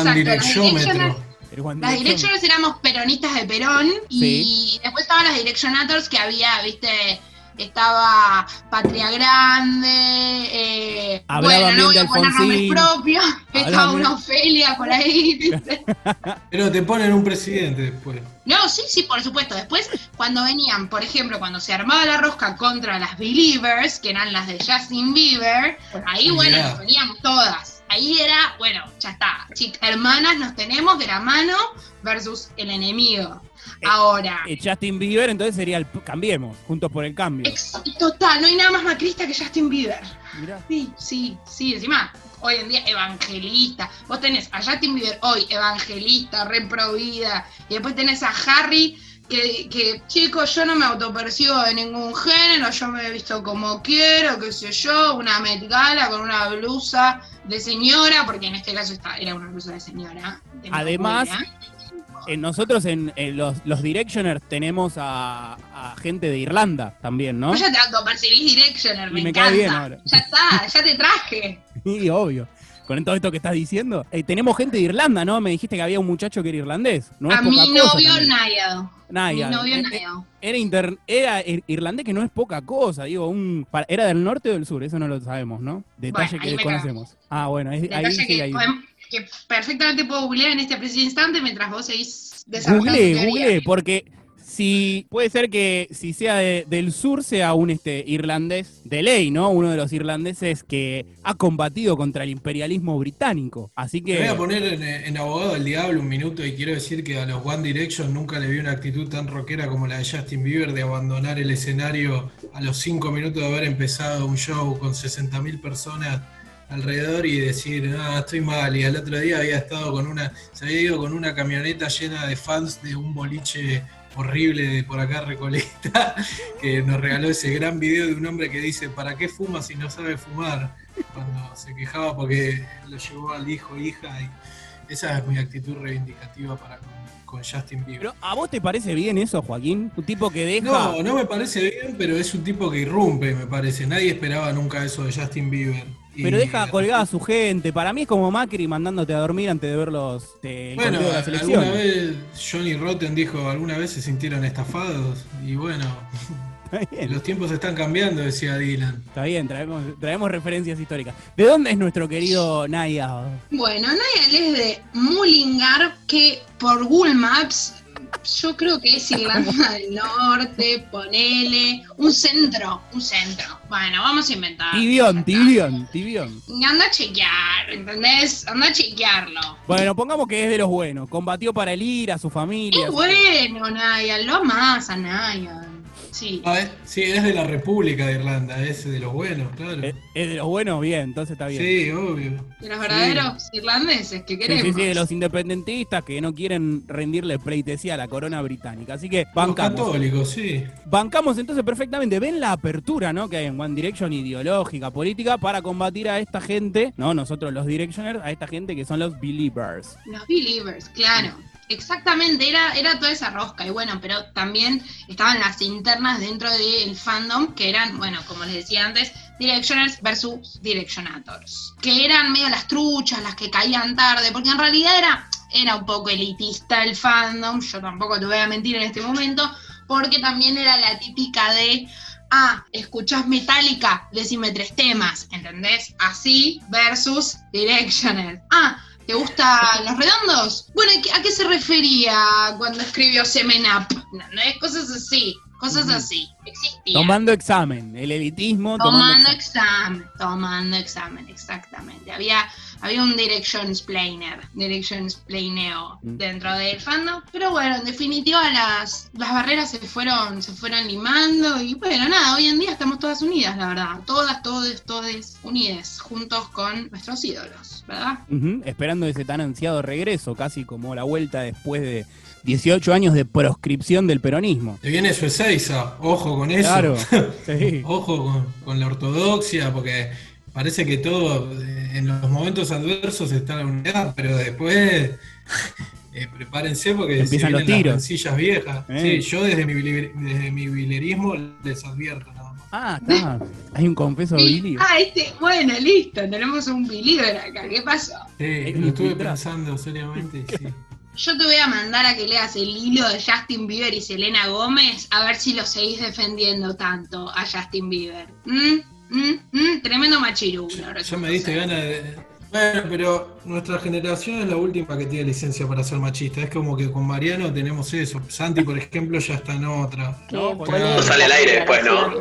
Las Directioners éramos peronistas de Perón y después estaban las Directionators que había, viste, estaba Patria Grande, bueno, no voy a poner nombres propios, estaba una Ofelia por ahí, ¿viste? Pero te ponen un presidente después. No, sí, por supuesto. Después, cuando venían, por ejemplo, cuando se armaba la rosca contra las Believers, que eran las de Justin Bieber, ahí, bueno, nos poníamos todas. Ahí era, bueno, ya está. Chicas, hermanas, nos tenemos de la mano versus el enemigo. Ahora. Justin Bieber, entonces sería el Cambiemos, Juntos por el Cambio. Total, no hay nada más macrista que Justin Bieber. Mirá. Sí, encima. Hoy en día, evangelista. Vos tenés a Justin Bieber hoy, evangelista, re pro vida. Y después tenés a Harry, que chicos, yo no me autopercibo de ningún género, yo me he visto como quiero, qué sé yo, una Met Gala con una blusa de señora, porque en este caso era una blusa de señora. Además, nosotros en los Directioners tenemos a gente de Irlanda también, ¿no? Vos ya te autopercibís Directioner, me me encanta. cae bien ahora. Ya está, ya te traje. Sí, obvio. Con todo esto que estás diciendo. Tenemos gente de Irlanda, ¿no? Me dijiste que había un muchacho que era irlandés. No es A poca mi cosa novio también. Naya. Naya. Mi novio Naya. Era irlandés, que no es poca cosa. Digo, ¿era del norte o del sur? Eso no lo sabemos, ¿no? Detalle Bueno, ahí que me conocemos. Ah, bueno, ahí Detalle sí que, hay. que perfectamente puedo googlear en este preciso instante mientras vos seguís desarrollando tu teoría. Googleé, porque si puede ser que si sea del sur sea un irlandés de ley, ¿no? Uno de los irlandeses que ha combatido contra el imperialismo británico. Así que... Me voy a poner en abogado del diablo un minuto y quiero decir que a los One Direction nunca le vi una actitud tan rockera como la de Justin Bieber de abandonar el escenario a los 5 minutos de haber empezado un show con 60.000 personas alrededor y decir, estoy mal. Y al otro día se había ido con una camioneta llena de fans de un boliche horrible de por acá Recoleta, que nos regaló ese gran video de un hombre que dice, ¿para qué fuma si no sabe fumar? Cuando se quejaba porque lo llevó al hijo e hija. Y esa es mi actitud reivindicativa para con Justin Bieber. Pero ¿a vos te parece bien eso, Joaquín? Un tipo que deja... No me parece bien, pero es un tipo que irrumpe, me parece. Nadie esperaba nunca eso de Justin Bieber. Pero deja colgada a su gente. Para mí es como Macri mandándote a dormir antes de ver el bueno, de la selección. Alguna vez Johnny Rotten dijo, alguna vez se sintieron estafados. Y bueno, los tiempos están cambiando, decía Dylan. Está bien, traemos referencias históricas. ¿De dónde es nuestro querido Naya? Bueno, Naya es de Mullingar, que por Google Maps yo creo que es Irlanda del Norte, ponele, un centro. Bueno, vamos a inventar. Tibión. Anda a chequear, ¿entendés? Anda a chequearlo. Bueno, pongamos que es de los buenos. Combatió para el IRA, su familia. Es bueno, Naya, lo amás a Naya. Sí. Sí, es de la República de Irlanda, es de los buenos, claro. Es de los buenos, bien, entonces está bien. Sí, obvio. De los verdaderos irlandeses que queremos. Sí, de los independentistas que no quieren rendirle pleitesía a la corona británica. Así que Los bancamos. católicos, sí. Bancamos entonces perfectamente. Ven la apertura, ¿no? Que hay en One Direction ideológica, política, para combatir a esta gente, ¿no? Nosotros los Directioners, a esta gente que son los Believers. Los Believers, claro. Exactamente, era toda esa rosca. Y bueno, pero también estaban las internas dentro del fandom, que eran, bueno, como les decía antes, Directioners versus Directionators. Que eran medio las truchas, las que caían tarde, porque en realidad era un poco elitista el fandom, yo tampoco te voy a mentir en este momento, porque también era la típica de... escuchás Metallica, decime 3 temas, ¿entendés? Así versus Directioners. ¿Te gustan los redondos? Bueno, ¿a qué se refería cuando escribió Semen Up? No, cosas así, existían. Tomando examen, el elitismo. Tomando examen, exactamente. Había un Directionsplaineo dentro del fandom, pero bueno, en definitiva las barreras se fueron limando y bueno, nada, hoy en día estamos todas unidas, la verdad, todas unidas, juntos con nuestros ídolos, ¿verdad? Esperando ese tan ansiado regreso, casi como la vuelta después de 18 años de proscripción del peronismo. Te viene su Ezeiza, ojo con eso. Claro, sí. Ojo con la ortodoxia, porque parece que todo, en los momentos adversos está la unidad, pero después prepárense porque empiezan los tiros. Las rencillas viejas. Sí, yo desde mi bilerismo les advierto nada más. Está. Hay un confeso believer. Bueno, listo, tenemos un believer acá, ¿qué pasó? Sí, lo estuve pensando seriamente, sí. Yo te voy a mandar a que leas el hilo de Justin Bieber y Selena Gómez, a ver si lo seguís defendiendo tanto a Justin Bieber. Tremendo machirulo. Ya me diste ganas de... Bueno, pero nuestra generación es la última que tiene licencia para ser machista. Es como que con Mariano tenemos eso. Santi, por ejemplo, ya está en otra. No sale al aire después, ¿no?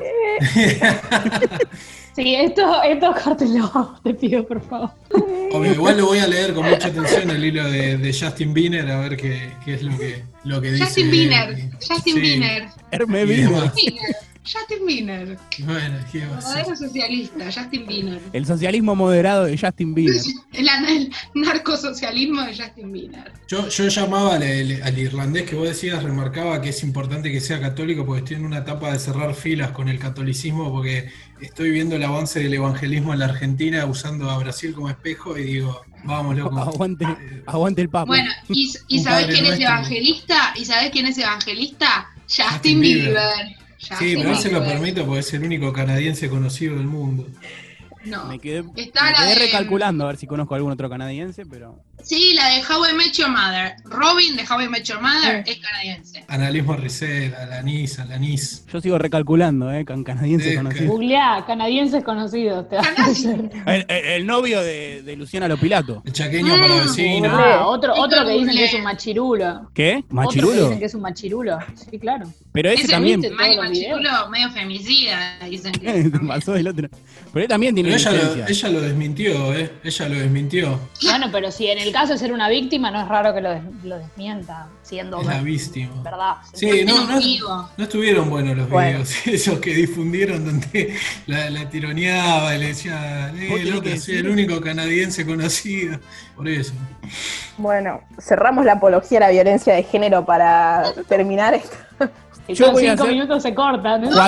Sí, esto córtelo, te pido, por favor. Obvio, igual lo voy a leer con mucha atención el hilo de Justin Bieber, a ver qué es lo que dice. Justin Bieber. Herme Bieber. Justin Bieber. Bueno, ¿qué va a ser? Verdadero socialista, Justin Bieber. El socialismo moderado de Justin Bieber. El narcosocialismo de Justin Bieber. Yo llamaba al irlandés que vos decías, remarcaba que es importante que sea católico porque estoy en una etapa de cerrar filas con el catolicismo porque estoy viendo el avance del evangelismo en la Argentina usando a Brasil como espejo y digo, vamos loco. Aguante el Papa. Bueno, ¿y Un sabés padre quién es nuestro. evangelista? ¿Y sabés quién es evangelista? Justin Justin Bieber. Bieber. Sí, Justin pero él se lo Bieber. permito porque es el único canadiense conocido del mundo. No. Me quedé Está la de- recalculando a ver si conozco algún otro canadiense, pero... Sí, la de How I Met Your Mother. Robin de How I Met Your Mother es canadiense. Annalise Morissette, Alanis. Yo sigo recalculando, con canadiense Sí, conocido. Googleá, canadienses conocidos. Te va a aparecer. El novio de Luciana Lopilato. El chaqueño para vecino. Ah, otro que dicen que es un machirulo. ¿Qué? Otro que ¿Machirulo? dicen que es un machirulo. Sí, claro. Pero ese Ese también... ¿viste? Mari todos los Machirulo, medio femicida, dicen que pasó del otro. Pero él también tiene Pero licencia. ella lo desmintió, Ella lo desmintió. Bueno, pero si en el caso de ser una víctima, no es raro que lo desmienta, siendo Es la víctima. verdad. Sí, no, no estuvieron buenos los Bueno. videos, esos que difundieron donde la tironeaba y le decía, Vos tenés loco, que soy decir- el único canadiense conocido. Por eso. Bueno, cerramos la apología a la violencia de género para terminar esto. Y Yo todos voy a 5 hacer- minutos se cortan. ¿eh?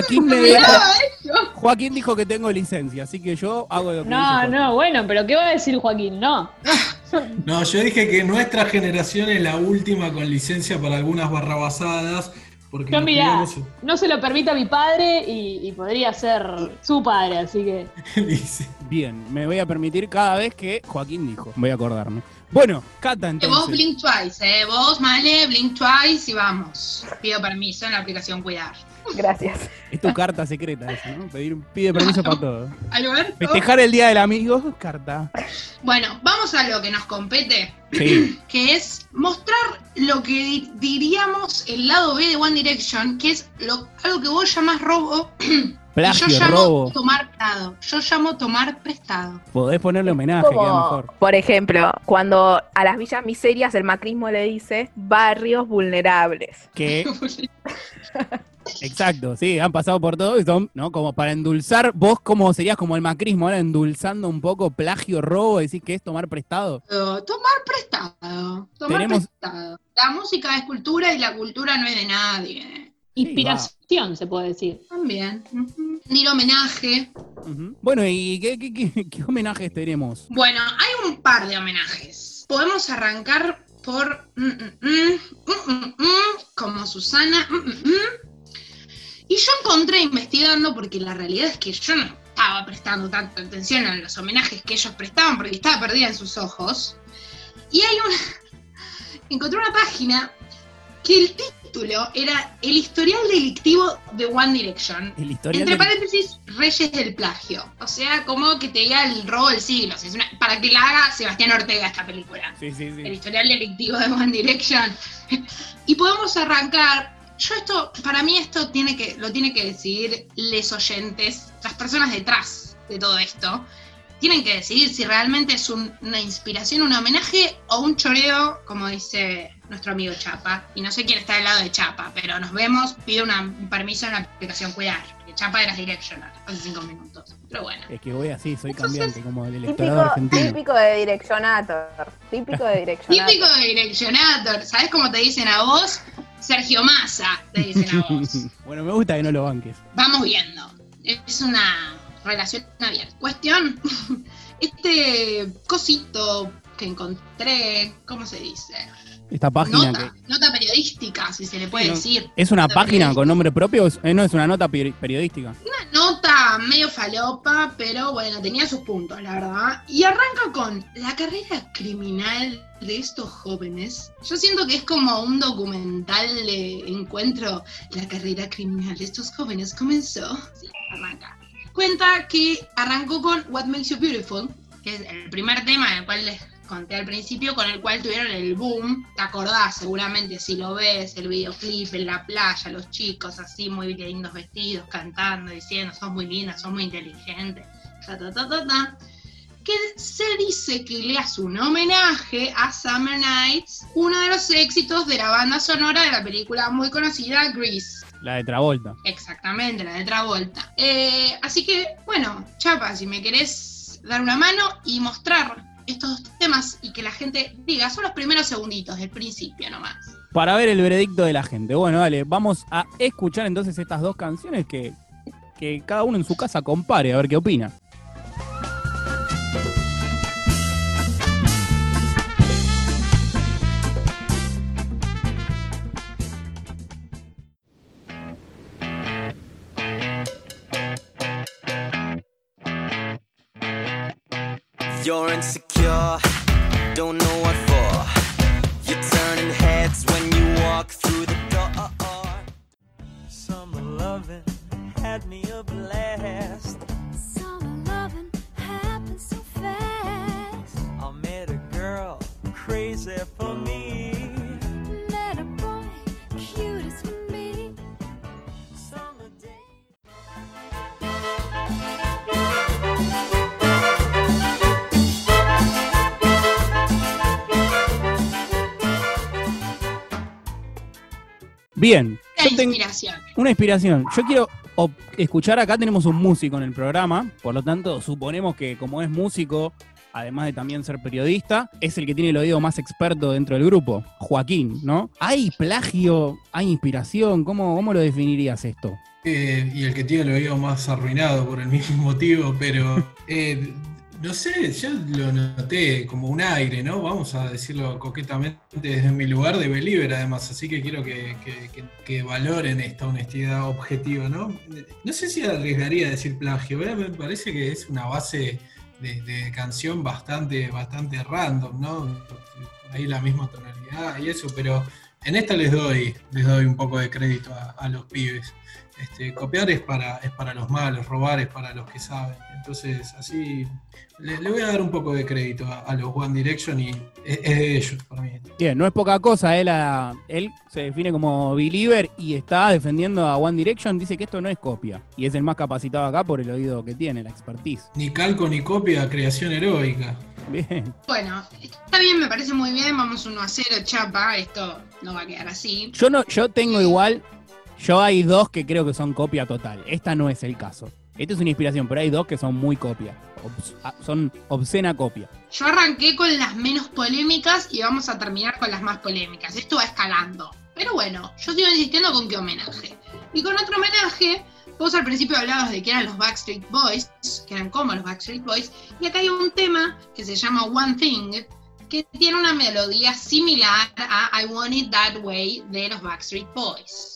Joaquín dijo que tengo licencia, así que yo hago lo que dice Joaquín. No, bueno, pero ¿qué va a decir Joaquín? No. No, yo dije que nuestra generación es la última con licencia para algunas barrabasadas. Porque Yo nos mirá, criamos- no se lo permite a mi padre y podría ser su padre, así que... dice. Bien, me voy a permitir cada vez que Joaquín dijo. Voy a acordarme. Bueno, Cata, Vos entonces. blink twice, vos, Male, blink twice y vamos. Pido permiso en la aplicación Cuidar. Gracias. Es tu carta secreta esa, ¿no? Pide permiso para todo. Alberto. Festejar el Día del Amigo, carta. Bueno, vamos a lo que nos compete, Sí. que es mostrar lo que diríamos el lado B de One Direction, que es algo que vos llamás robo Plagio, y yo llamo robo. tomar prestado. Yo llamo tomar prestado. Podés ponerle homenaje, Como, queda mejor. por ejemplo, cuando a las villas miserias el macrismo le dice barrios vulnerables. Que, exacto, sí, han pasado por todo y son, ¿no? Como para endulzar, vos como serías como el macrismo, ahora endulzando un poco plagio, robo, decís que es tomar prestado. Tomar prestado. Tomar Tenemos- prestado. La música es cultura y la cultura no es de nadie. Inspiración, se puede decir. También. Dir homenaje. Ujú. Bueno, ¿y qué homenajes tenemos? Bueno, hay un par de homenajes. Podemos arrancar por como Susana. Y yo encontré investigando, porque la realidad es que yo no estaba prestando tanta atención a los homenajes que ellos prestaban porque estaba perdida en sus ojos. Y encontré una página que el título era El historial delictivo de One Direction. El historial Entre de... paréntesis, Reyes del Plagio. O sea, como que te diga el robo del siglo. O sea, para que la haga Sebastián Ortega esta película. Sí, sí, El sí. historial delictivo de One Direction. Y podemos arrancar. Para mí esto lo tiene que decidir les oyentes, las personas detrás de todo esto. Tienen que decidir si realmente es una inspiración, un homenaje o un choreo, como dice nuestro amigo Chapa. Y no sé quién está del lado de Chapa, pero nos vemos, pido un permiso en la aplicación Cuidar. Que Chapa era Directional hace 5 minutos. Pero bueno. Es que voy así, soy Entonces, cambiante, como el electorado argentino. Típico de Directionator. Típico de Directionator. Típico de Directionator. ¿Sabes cómo te dicen a vos? Sergio Massa, te dicen a vos. Bueno, me gusta que no lo banques. Vamos viendo. Es una relación abierta. Cuestión, este cosito que encontré, ¿cómo se dice? Esta página Nota periodística, si se le puede No, decir. ¿es una Nota página periodística. con nombre propio? No, es una nota periodística. Una nota medio falopa, pero bueno, tenía sus puntos, la verdad. Y arranca con la carrera criminal de estos jóvenes. Yo siento que es como un documental de encuentro. La carrera criminal de estos jóvenes comenzó. Sí, arranca. Cuenta que arrancó con What Makes You Beautiful, que es el primer tema del cual les conté al principio, con el cual tuvieron el boom. Te acordás seguramente si lo ves, el videoclip en la playa, los chicos así muy lindos vestidos, cantando, diciendo, sos muy linda, sos muy inteligente, que se dice que le hace un homenaje a Summer Nights, uno de los éxitos de la banda sonora de la película muy conocida Grease. La de Travolta. Exactamente, la de Travolta. Así que, bueno, Chapa, si me querés dar una mano y mostrar estos dos temas y que la gente diga, son los primeros segunditos del principio nomás. Para ver el veredicto de la gente. Bueno, dale, vamos a escuchar entonces estas dos canciones que cada uno en su casa compare, a ver qué opina. You're insecure, don't know what for. You're turning heads when you walk through the door. Summer loving had me a blast. Summer loving happened so fast. I met a girl crazy for me. Met a boy cute as for me. Summer day. Bien. Una Yo tengo inspiración. una inspiración. Yo quiero escuchar, acá tenemos un músico en el programa, por lo tanto suponemos que como es músico, además de también ser periodista, es el que tiene el oído más experto dentro del grupo, Joaquín, ¿no? ¿Hay plagio? ¿Hay inspiración? ¿Cómo lo definirías esto? Y el que tiene el oído más arruinado por el mismo motivo, pero no sé, yo lo noté como un aire, ¿no? Vamos a decirlo coquetamente desde mi lugar de believer, además, así que quiero que valoren esta honestidad objetiva, ¿no? No sé si arriesgaría a decir plagio, ¿verdad? Me parece que es una base de canción bastante random, ¿no? Ahí la misma tonalidad y eso, pero en esta les doy un poco de crédito a los pibes. Copiar es para los malos, robar es para los que saben. Entonces, así le voy a dar un poco de crédito a los One Direction y es de ellos para mí. Bien, no es poca cosa, él se define como believer y está defendiendo a One Direction, dice que esto no es copia. Y es el más capacitado acá por el oído que tiene, la expertise. Ni calco ni copia, creación heroica. Bien. Bueno, está bien, me parece muy bien, vamos 1-0, Chapa, esto no va a quedar así. Yo tengo igual, yo hay dos que creo que son copia total. Esta no es el caso. Esta es una inspiración, pero hay dos que son muy copia. Son obscena copia. Yo arranqué con las menos polémicas y vamos a terminar con las más polémicas. Esto va escalando. Pero bueno, yo sigo insistiendo con qué homenaje. Y con otro homenaje, vos al principio hablabas de que eran los Backstreet Boys, que eran como los Backstreet Boys, y acá hay un tema que se llama One Thing, que tiene una melodía similar a I Want It That Way de los Backstreet Boys.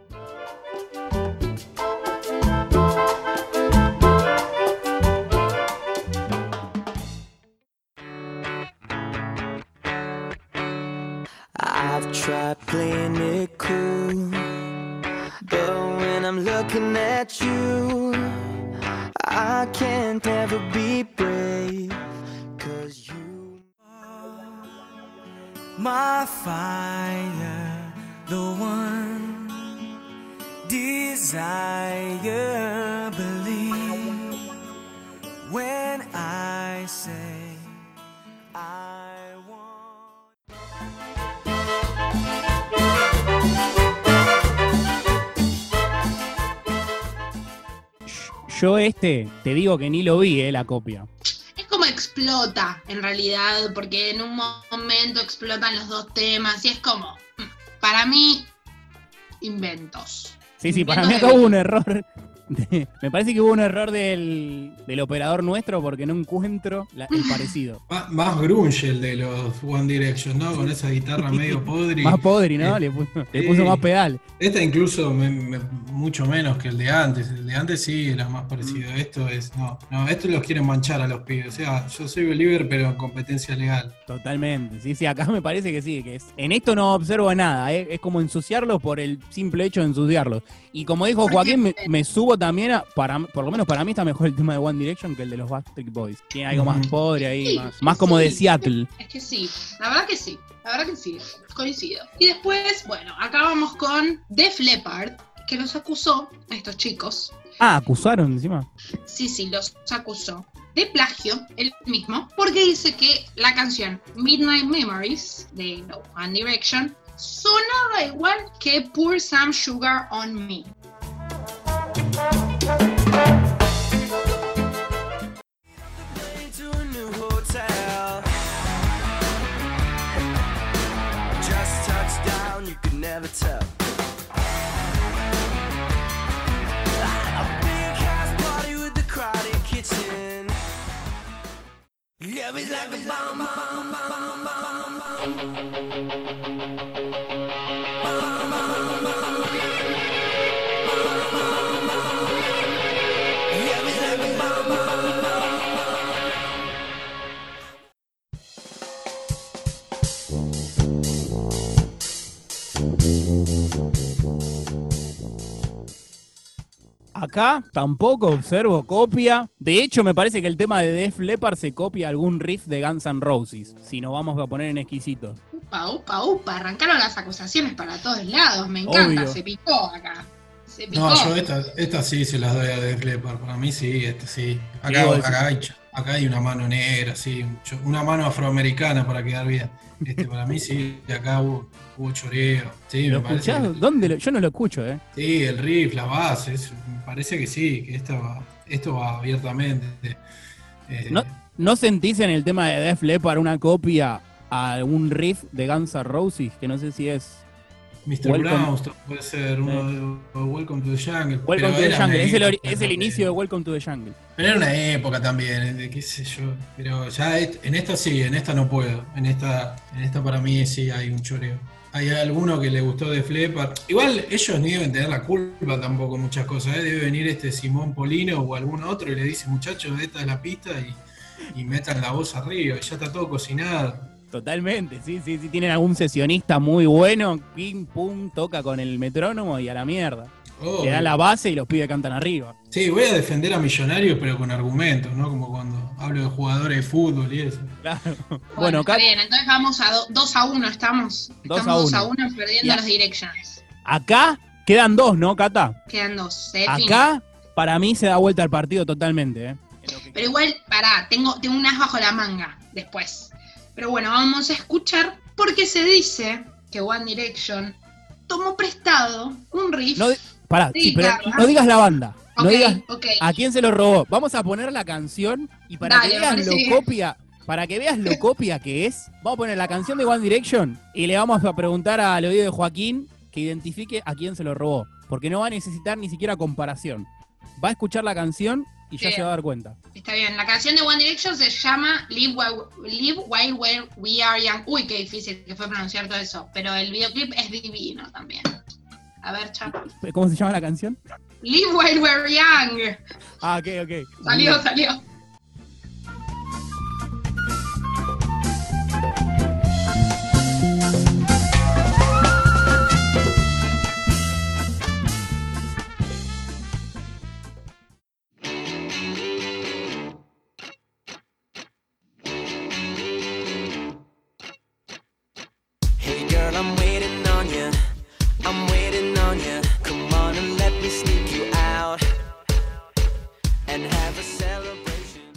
I've tried playing it cool, but when I'm looking at you, I can't ever be brave, 'cause you are my fire, the one desire, believe when I say I want. Yo te digo que ni lo vi, la copia. Es como explota, en realidad, porque en un momento explotan los dos temas y es como, para mí, inventos. Sí, para mí acá hubo un error. Me parece que hubo un error del operador nuestro porque no encuentro el parecido. Más grunge el de los One Direction, ¿no? Con esa guitarra medio podri. Más podri, ¿no? Le puso más pedal. Esta incluso mucho menos que el de antes. El de antes sí era más parecido. Esto es, no, esto los quieren manchar a los pibes. O sea, yo soy believer, pero en competencia legal. Totalmente. Sí, acá me parece que sí, que es. En esto no observo nada, es como ensuciarlos por el simple hecho de ensuciarlos. Y como dijo Joaquín, me subo también por lo menos para mí está mejor el tema de One Direction que el de los Backstreet Boys. Tiene algo más podre ahí, Sí, más como de Seattle. Es que sí, la verdad que sí, coincido. Y después, bueno, acá vamos con Def Leppard, que los acusó a estos chicos. Ah, acusaron encima. Sí, los acusó de plagio, él mismo, porque dice que la canción Midnight Memories de One Direction sonaba igual que Pour Some Sugar on Me. To a new hotel. Just touched down, you could never tell. A big house party with the crowded kitchen. Love is like a bomb, bomb, bomb, bomb, Love is like a bomb, bomb, bomb. Acá tampoco observo copia. De hecho, me parece que el tema de Def Leppard se copia algún riff de Guns N' Roses. Si nos vamos a poner en exquisitos. Upa, arrancaron las acusaciones para todos lados, me encanta, Obvio. se picó acá. Se picó. No, yo estas sí se las doy a Def Leppard. Para mí sí, sí. Acá hay una mano negra, sí. Una mano afroamericana para quedar bien. Para mí sí, acá hubo choreo. Sí, ¿Lo me parece escuchás? que- ¿Dónde? Yo no lo escucho, ¿eh? Sí, el riff, la base, me parece que sí, que esto va abiertamente. ¿No sentís en el tema de Def Leppard una copia a algún riff de Guns N' Roses? Que no sé si es Mr. Welcome- Brownstone puede ser uno de Welcome to the Jungle. Welcome pero to the era Jungle. una Es el época inicio también. de Welcome to the Jungle. Pero era una época también, qué sé yo. Pero ya en esta sí, en esta no puedo. En esta para mí sí hay un choreo. Hay alguno que le gustó de Leppard. Igual ellos ni deben tener la culpa tampoco muchas cosas. Debe venir Simón Polino o algún otro y le dice, muchachos, esta es la pista y metan la voz arriba. Ya está todo cocinado. Totalmente, sí. Tienen algún sesionista muy bueno, pim, pum, toca con el metrónomo y a la mierda. Oh, Le dan la base y los pibes cantan arriba. Sí, voy a defender a Millonarios, pero con argumentos, ¿no? Como cuando hablo de jugadores de fútbol y eso. Claro. Bueno, está Kat, bien, entonces vamos a 2-1, estamos 2-1. perdiendo Ya. los Directions. acá quedan dos, ¿no, Cata? Quedan 2, se define. Acá, para mí, se da vuelta al partido totalmente, ¿eh? Pero igual, pará, tengo un as bajo la manga después. Pero bueno, vamos a escuchar porque se dice que One Direction tomó prestado un riff. No, pará, Sí, sí, pero claro. no digas la banda. No Ok, digas ok. a quién se lo robó. Vamos a poner la canción y para Dale, que me veas parece lo bien. copia, para que veas lo copia que es, vamos a poner la canción de One Direction y le vamos a preguntar al oído de Joaquín que identifique a quién se lo robó. Porque no va a necesitar ni siquiera comparación. Va a escuchar la canción y ya Bien. se va a dar cuenta. Está bien, la canción de One Direction se llama Live While We Are Young. Uy, qué difícil que fue pronunciar todo eso. Pero el videoclip es divino también. A ver, chato. ¿Cómo se llama la canción? Live While We're Young. Ah, ok. Salió. Hey girl, I'm waiting on you. I'm waiting on you. Come on and let me sneak you out and have a celebration.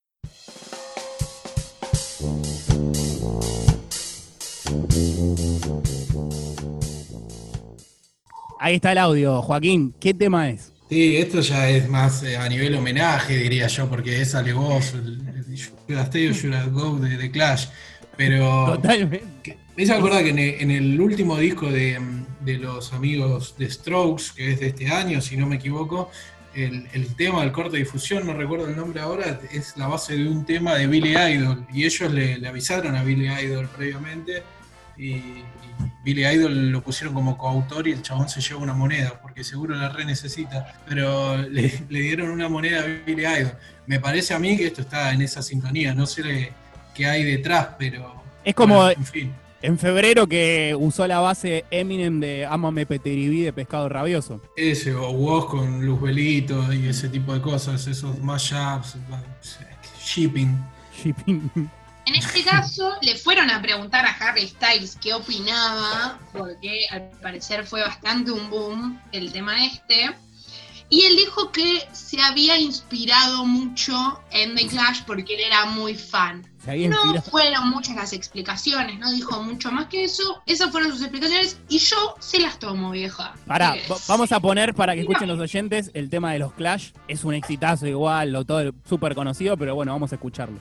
Ahí está el audio, Joaquín. ¿Qué tema es? Sí, esto ya es más a nivel homenaje, diría yo, porque es Ale Voz, el Should I Stay or Should I Go de Clash. Pero Totalmente. me hizo acordar que en el último disco de los amigos de Strokes, que es de este año, si no me equivoco, el tema del corte de difusión, no recuerdo el nombre ahora, es la base de un tema de Billy Idol. Y ellos le avisaron a Billy Idol previamente y Billy Idol lo pusieron como coautor y el chabón se lleva una moneda, porque seguro la re necesita. Pero le dieron una moneda a Billy Idol. Me parece a mí que esto está en esa sintonía, no sé qué hay detrás, pero... Es como bueno, en fin. en febrero que usó la base Eminem de Ámame Peteribí de Pescado Rabioso. Ese, o Woz con Luzbelito y ese tipo de cosas, esos mashups, shipping. En este caso, le fueron a preguntar a Harry Styles qué opinaba, porque al parecer fue bastante un boom el tema este. Y él dijo que se había inspirado mucho en The Clash porque él era muy fan. No fueron muchas las explicaciones, no dijo mucho más que eso. Esas fueron sus explicaciones y yo se las tomo, vieja. Pará, vamos a poner para que escuchen los oyentes el tema de los Clash. Es un exitazo igual, todo súper conocido, pero bueno, vamos a escucharlo.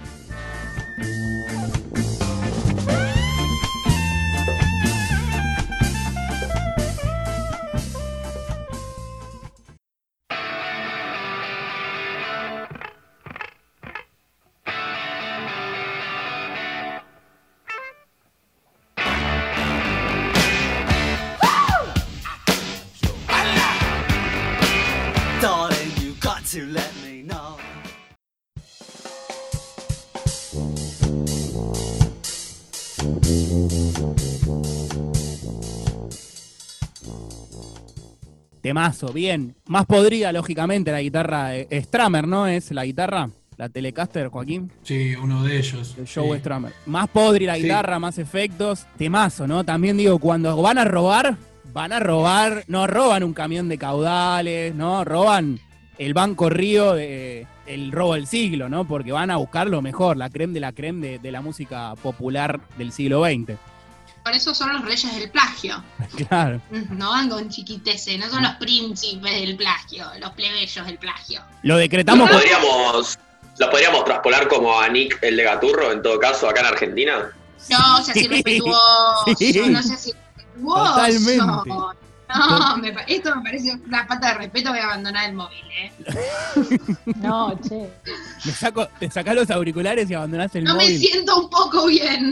Darling, you got to let me know. Temazo, bien. Más podrida, lógicamente, la guitarra Stramer, ¿no? Es la guitarra, la Telecaster, Joaquín. Sí, uno de ellos. El Joe sí. Stramer. Más podrida la guitarra, más efectos. Temazo, ¿no? También digo, cuando van a robar, no roban un camión de caudales, ¿no? Roban el Banco Río, el robo del siglo, ¿no? Porque van a buscar lo mejor, la creme de la música popular del siglo XX. Por eso son los reyes del plagio. Claro. No van con chiquiteces, no son los príncipes del plagio, los plebeyos del plagio. Lo decretamos. ¿Lo podríamos traspolar como a Nick, el de Gaturro, en todo caso, acá en Argentina? No seas irrespetuoso, Sí. no seas irrespetuoso. Totalmente. No, esto me parece una falta de respeto, voy a abandonar el móvil, No, che. Te sacás los auriculares y abandonás el No móvil. me siento un poco bien.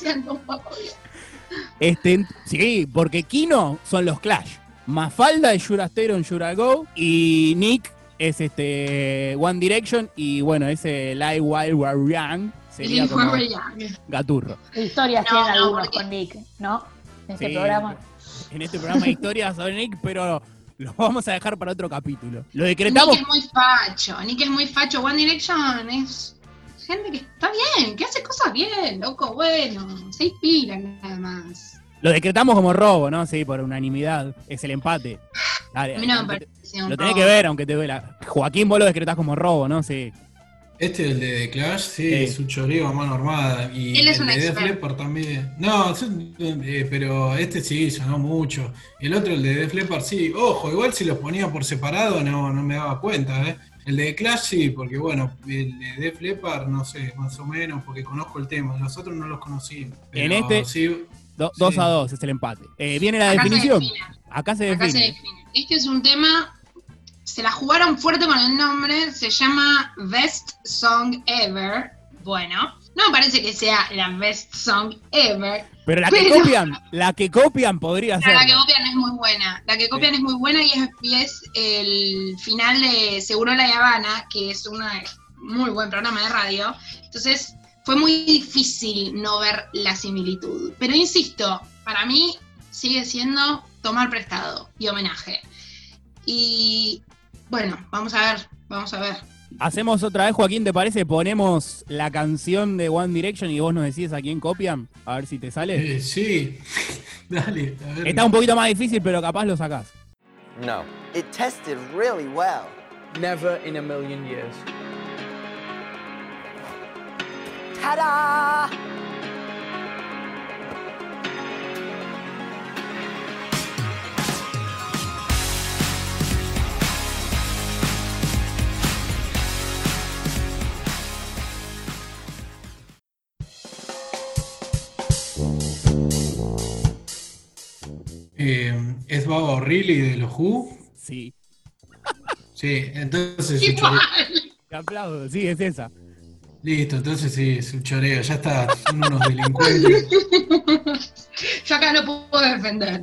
Sí, porque Kino son los Clash. Mafalda es Should I Stay or Should I Go. Y Nick es One Direction. Y bueno, ese Live While We're Young sería como Gaturro. Historias tienen algunos con Nick, ¿no? En este programa. En este programa de historias sobre Nick, pero lo vamos a dejar para otro capítulo. Lo decretamos. Nick es muy facho. One Direction es gente que está bien, que hace cosas bien, loco, bueno, se inspiran nada más. Lo decretamos como robo, ¿no? Sí, por unanimidad. Es el empate. Dale, A mí no me parece un lo tenés robo. que ver, aunque te duela. Joaquín, vos lo decretás como robo, ¿no? Sí. Este, el de The Clash, sí, es un choreo a mano armada. Y Él es el un de Def experto. Leppard también. No, pero este sí, sonó mucho. Y el otro, el de Def Leppard, sí. Ojo, igual si los ponía por separado no me daba cuenta, ¿eh? El de The Clash sí, porque bueno, el de Def Leppard, no sé, más o menos, porque conozco el tema. Los otros no los conocí. Pero En este, sí, 2-2 es el empate. Viene la Acá definición. se define. Acá se Acá se define. define. Este es un tema, se la jugaron fuerte con el nombre, se llama Best Song Ever. Bueno, no me parece que sea la Best Song Ever. Pero la que copian podría ser. La que copian es muy buena. La que copian es muy buena y es el final de Seguro La Habana, que es un muy buen programa de radio. Entonces, fue muy difícil no ver la similitud. Pero insisto, para mí sigue siendo tomar prestado y homenaje. Y bueno, vamos a ver. Hacemos otra vez, Joaquín, ¿te parece? Ponemos la canción de One Direction y vos nos decís a quién copian. A ver si te sale. sí. Dale, a ver. Está un poquito más difícil, pero capaz lo sacás. No. It tested really well. Never in a million years. Ta-da! ¿Es Baba O'Reilly de los Who? Sí. Sí, entonces ¡Qué su choreo. Te aplaudo, sí, es esa. Listo, entonces sí, su choreo, ya está, son unos delincuentes. Yo acá no puedo defender.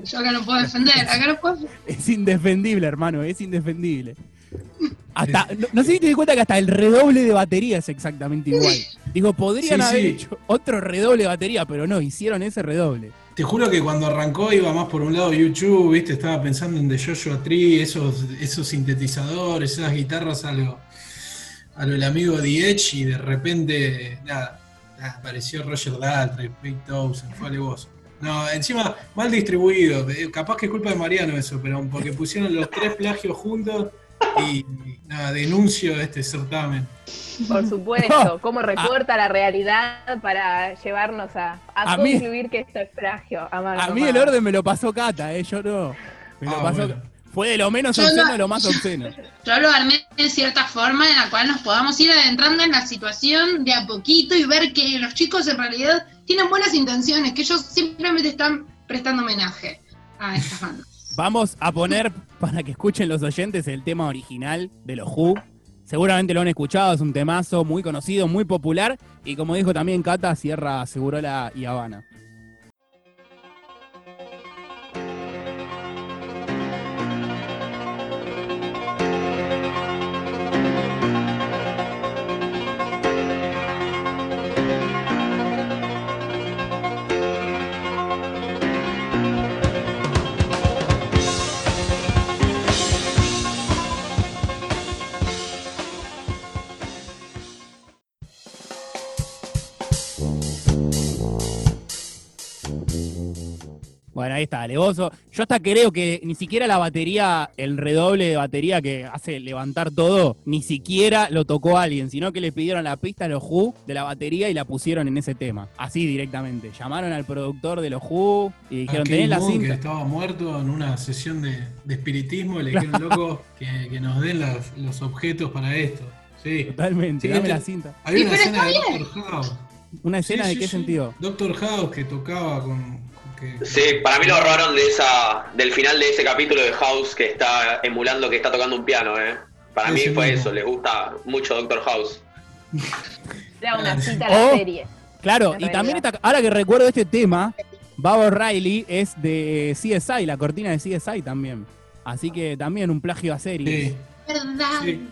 Es indefendible, hermano, es indefendible. Hasta, no sé si te das cuenta que hasta el redoble de batería es exactamente igual. Digo, podrían Sí, haber sí. hecho otro redoble de batería, pero no, hicieron ese redoble. Te juro que cuando arrancó iba más por un lado YouTube, ¿viste? Estaba pensando en The Joshua Tree, esos sintetizadores, esas guitarras, a lo el amigo The Edge, y de repente, nada, apareció Roger Daltrey, Big Thousand, fue alevoso. No, encima, mal distribuido, capaz que es culpa de Mariano eso, pero porque pusieron los tres plagios juntos Y nada, denuncio este certamen. Por supuesto, cómo recorta la realidad para llevarnos a mí- concluir que esto es plagio. A mí el orden me lo pasó Cata, yo no. Me lo pasó. Bueno. Fue de lo menos Yo obsceno no- a lo más obsceno. Yo lo armé de cierta forma en la cual nos podamos ir adentrando en la situación de a poquito y ver que los chicos en realidad tienen buenas intenciones, que ellos simplemente están prestando homenaje a estas bandas. Vamos a poner, para que escuchen los oyentes, el tema original de los Who. Seguramente lo han escuchado, es un temazo muy conocido, muy popular. Y como dijo también Cata, cierra Segurola y Habana. Bueno, ahí está, alevoso. Yo hasta creo que ni siquiera la batería, el redoble de batería que hace levantar todo, ni siquiera lo tocó alguien, sino que le pidieron la pista a los Who de la batería y la pusieron en ese tema. Así directamente. Llamaron al productor de los Who y dijeron, ¿tenés la Que cinta? estaba muerto en una sesión de espiritismo y le dijeron, loco, que nos den los objetos para esto. Sí. Totalmente, Sí, dame este- la cinta. Hay una pero escena de está bien. Doctor House. ¿Una escena Sí, de sí, qué sí. sentido? Doctor House que tocaba Sí, para mí lo robaron del final de ese capítulo de House que está emulando que está tocando un piano, Para mí Ese fue mismo. eso, les gusta mucho Doctor House. Era una cita a la Oh. serie. Claro, En y también realidad. ahora que recuerdo este tema, Bob O'Reilly es de CSI, la cortina de CSI también. Así que también un plagio a series. Sí, ¿Verdad? sí.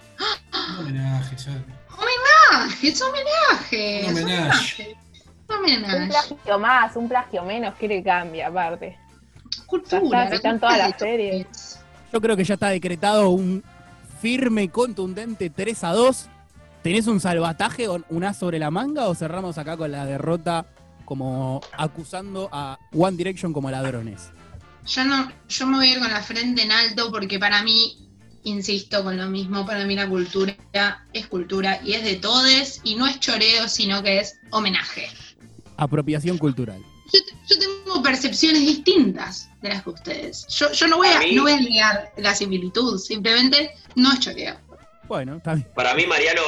Un homenaje, ya. Homenaje, es homenaje. Un homenaje. Un Homenaje. plagio más, un plagio menos, ¿qué le cambia aparte? Cultura. Ya está, están todas las series. Yo creo que ya está decretado un firme y contundente 3-2. ¿Tenés un salvataje o un as sobre la manga o cerramos acá con la derrota como acusando a One Direction como ladrones? Yo me voy a ir con la frente en alto porque para mí, insisto con lo mismo, para mí la cultura es cultura y es de todes y no es choreo, sino que es homenaje. Apropiación cultural. Yo tengo percepciones distintas de las que ustedes. Yo no voy A mí- a negar la similitud, simplemente no es choreo. Bueno, está bien. Para mí, Mariano,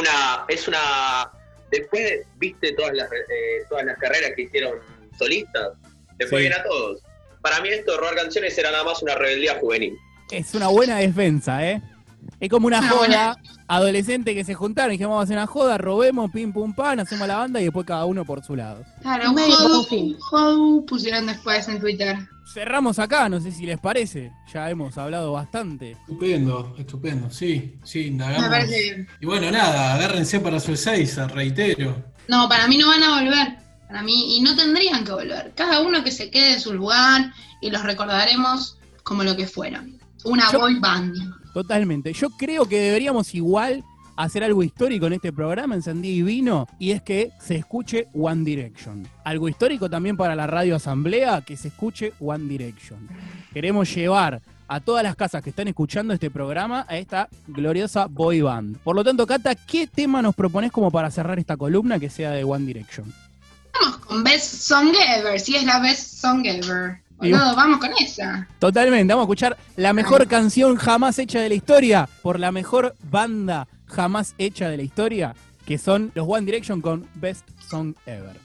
después viste todas las carreras que hicieron solistas, les fue Sí. bien a todos. Para mí esto de robar canciones era nada más una rebeldía juvenil. Es una buena defensa, ¿eh? Es como una Una joda buena- adolescente que se juntaron y dijimos, vamos a hacer una joda, robemos, pim, pum, pan, hacemos la banda y después cada uno por su lado. Claro, Medio Jodu, goofy. Jodu pusieron después en Twitter. Cerramos acá, no sé si les parece. Ya hemos hablado bastante. Estupendo, sí, indagamos. Me parece bien. Y bueno, nada, agárrense para su 6, reitero. No, para mí no van a volver. Para mí, y no tendrían que volver. Cada uno que se quede en su lugar y los recordaremos como lo que fueron. Una Yo- boy band. Totalmente. Yo creo que deberíamos igual hacer algo histórico en este programa, en Sandía y Vino, y es que se escuche One Direction. Algo histórico también para la Radio Asamblea, que se escuche One Direction. Queremos llevar a todas las casas que están escuchando este programa a esta gloriosa boy band. Por lo tanto, Cata, ¿qué tema nos propones como para cerrar esta columna que sea de One Direction? Vamos con Best Song Ever, si es la Best Song Ever. Y- Boludo, vamos con esa. Totalmente, vamos a escuchar la mejor canción jamás hecha de la historia por la mejor banda jamás hecha de la historia, que son los One Direction con Best Song Ever.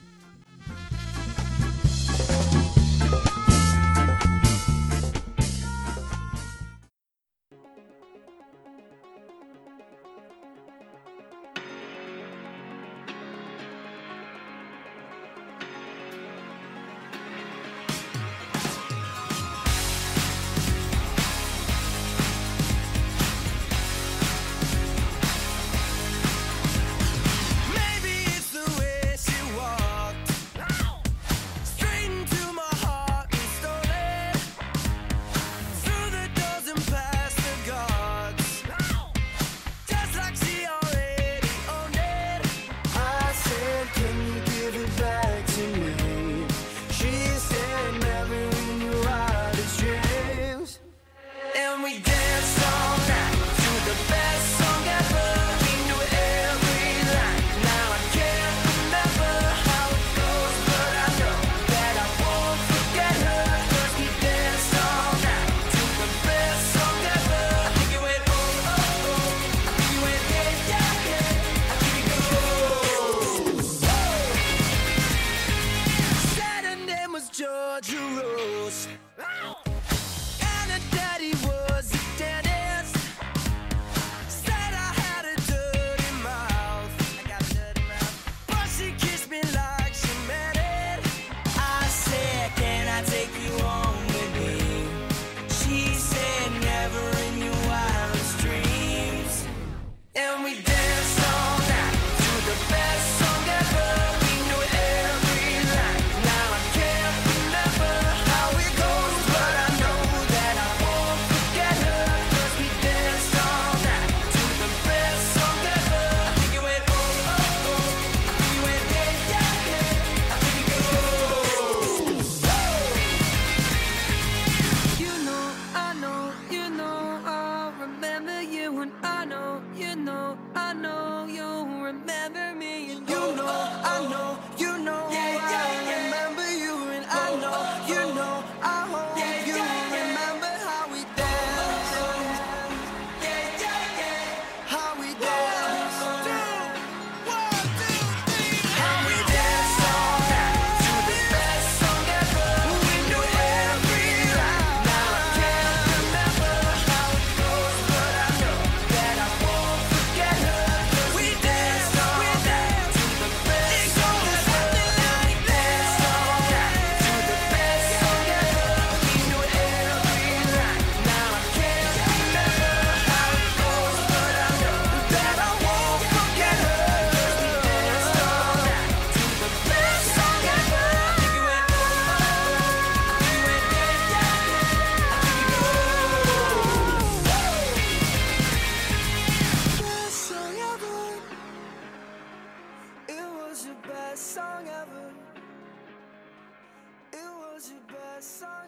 Maybe it's the way she walks. song ever. It was your best song.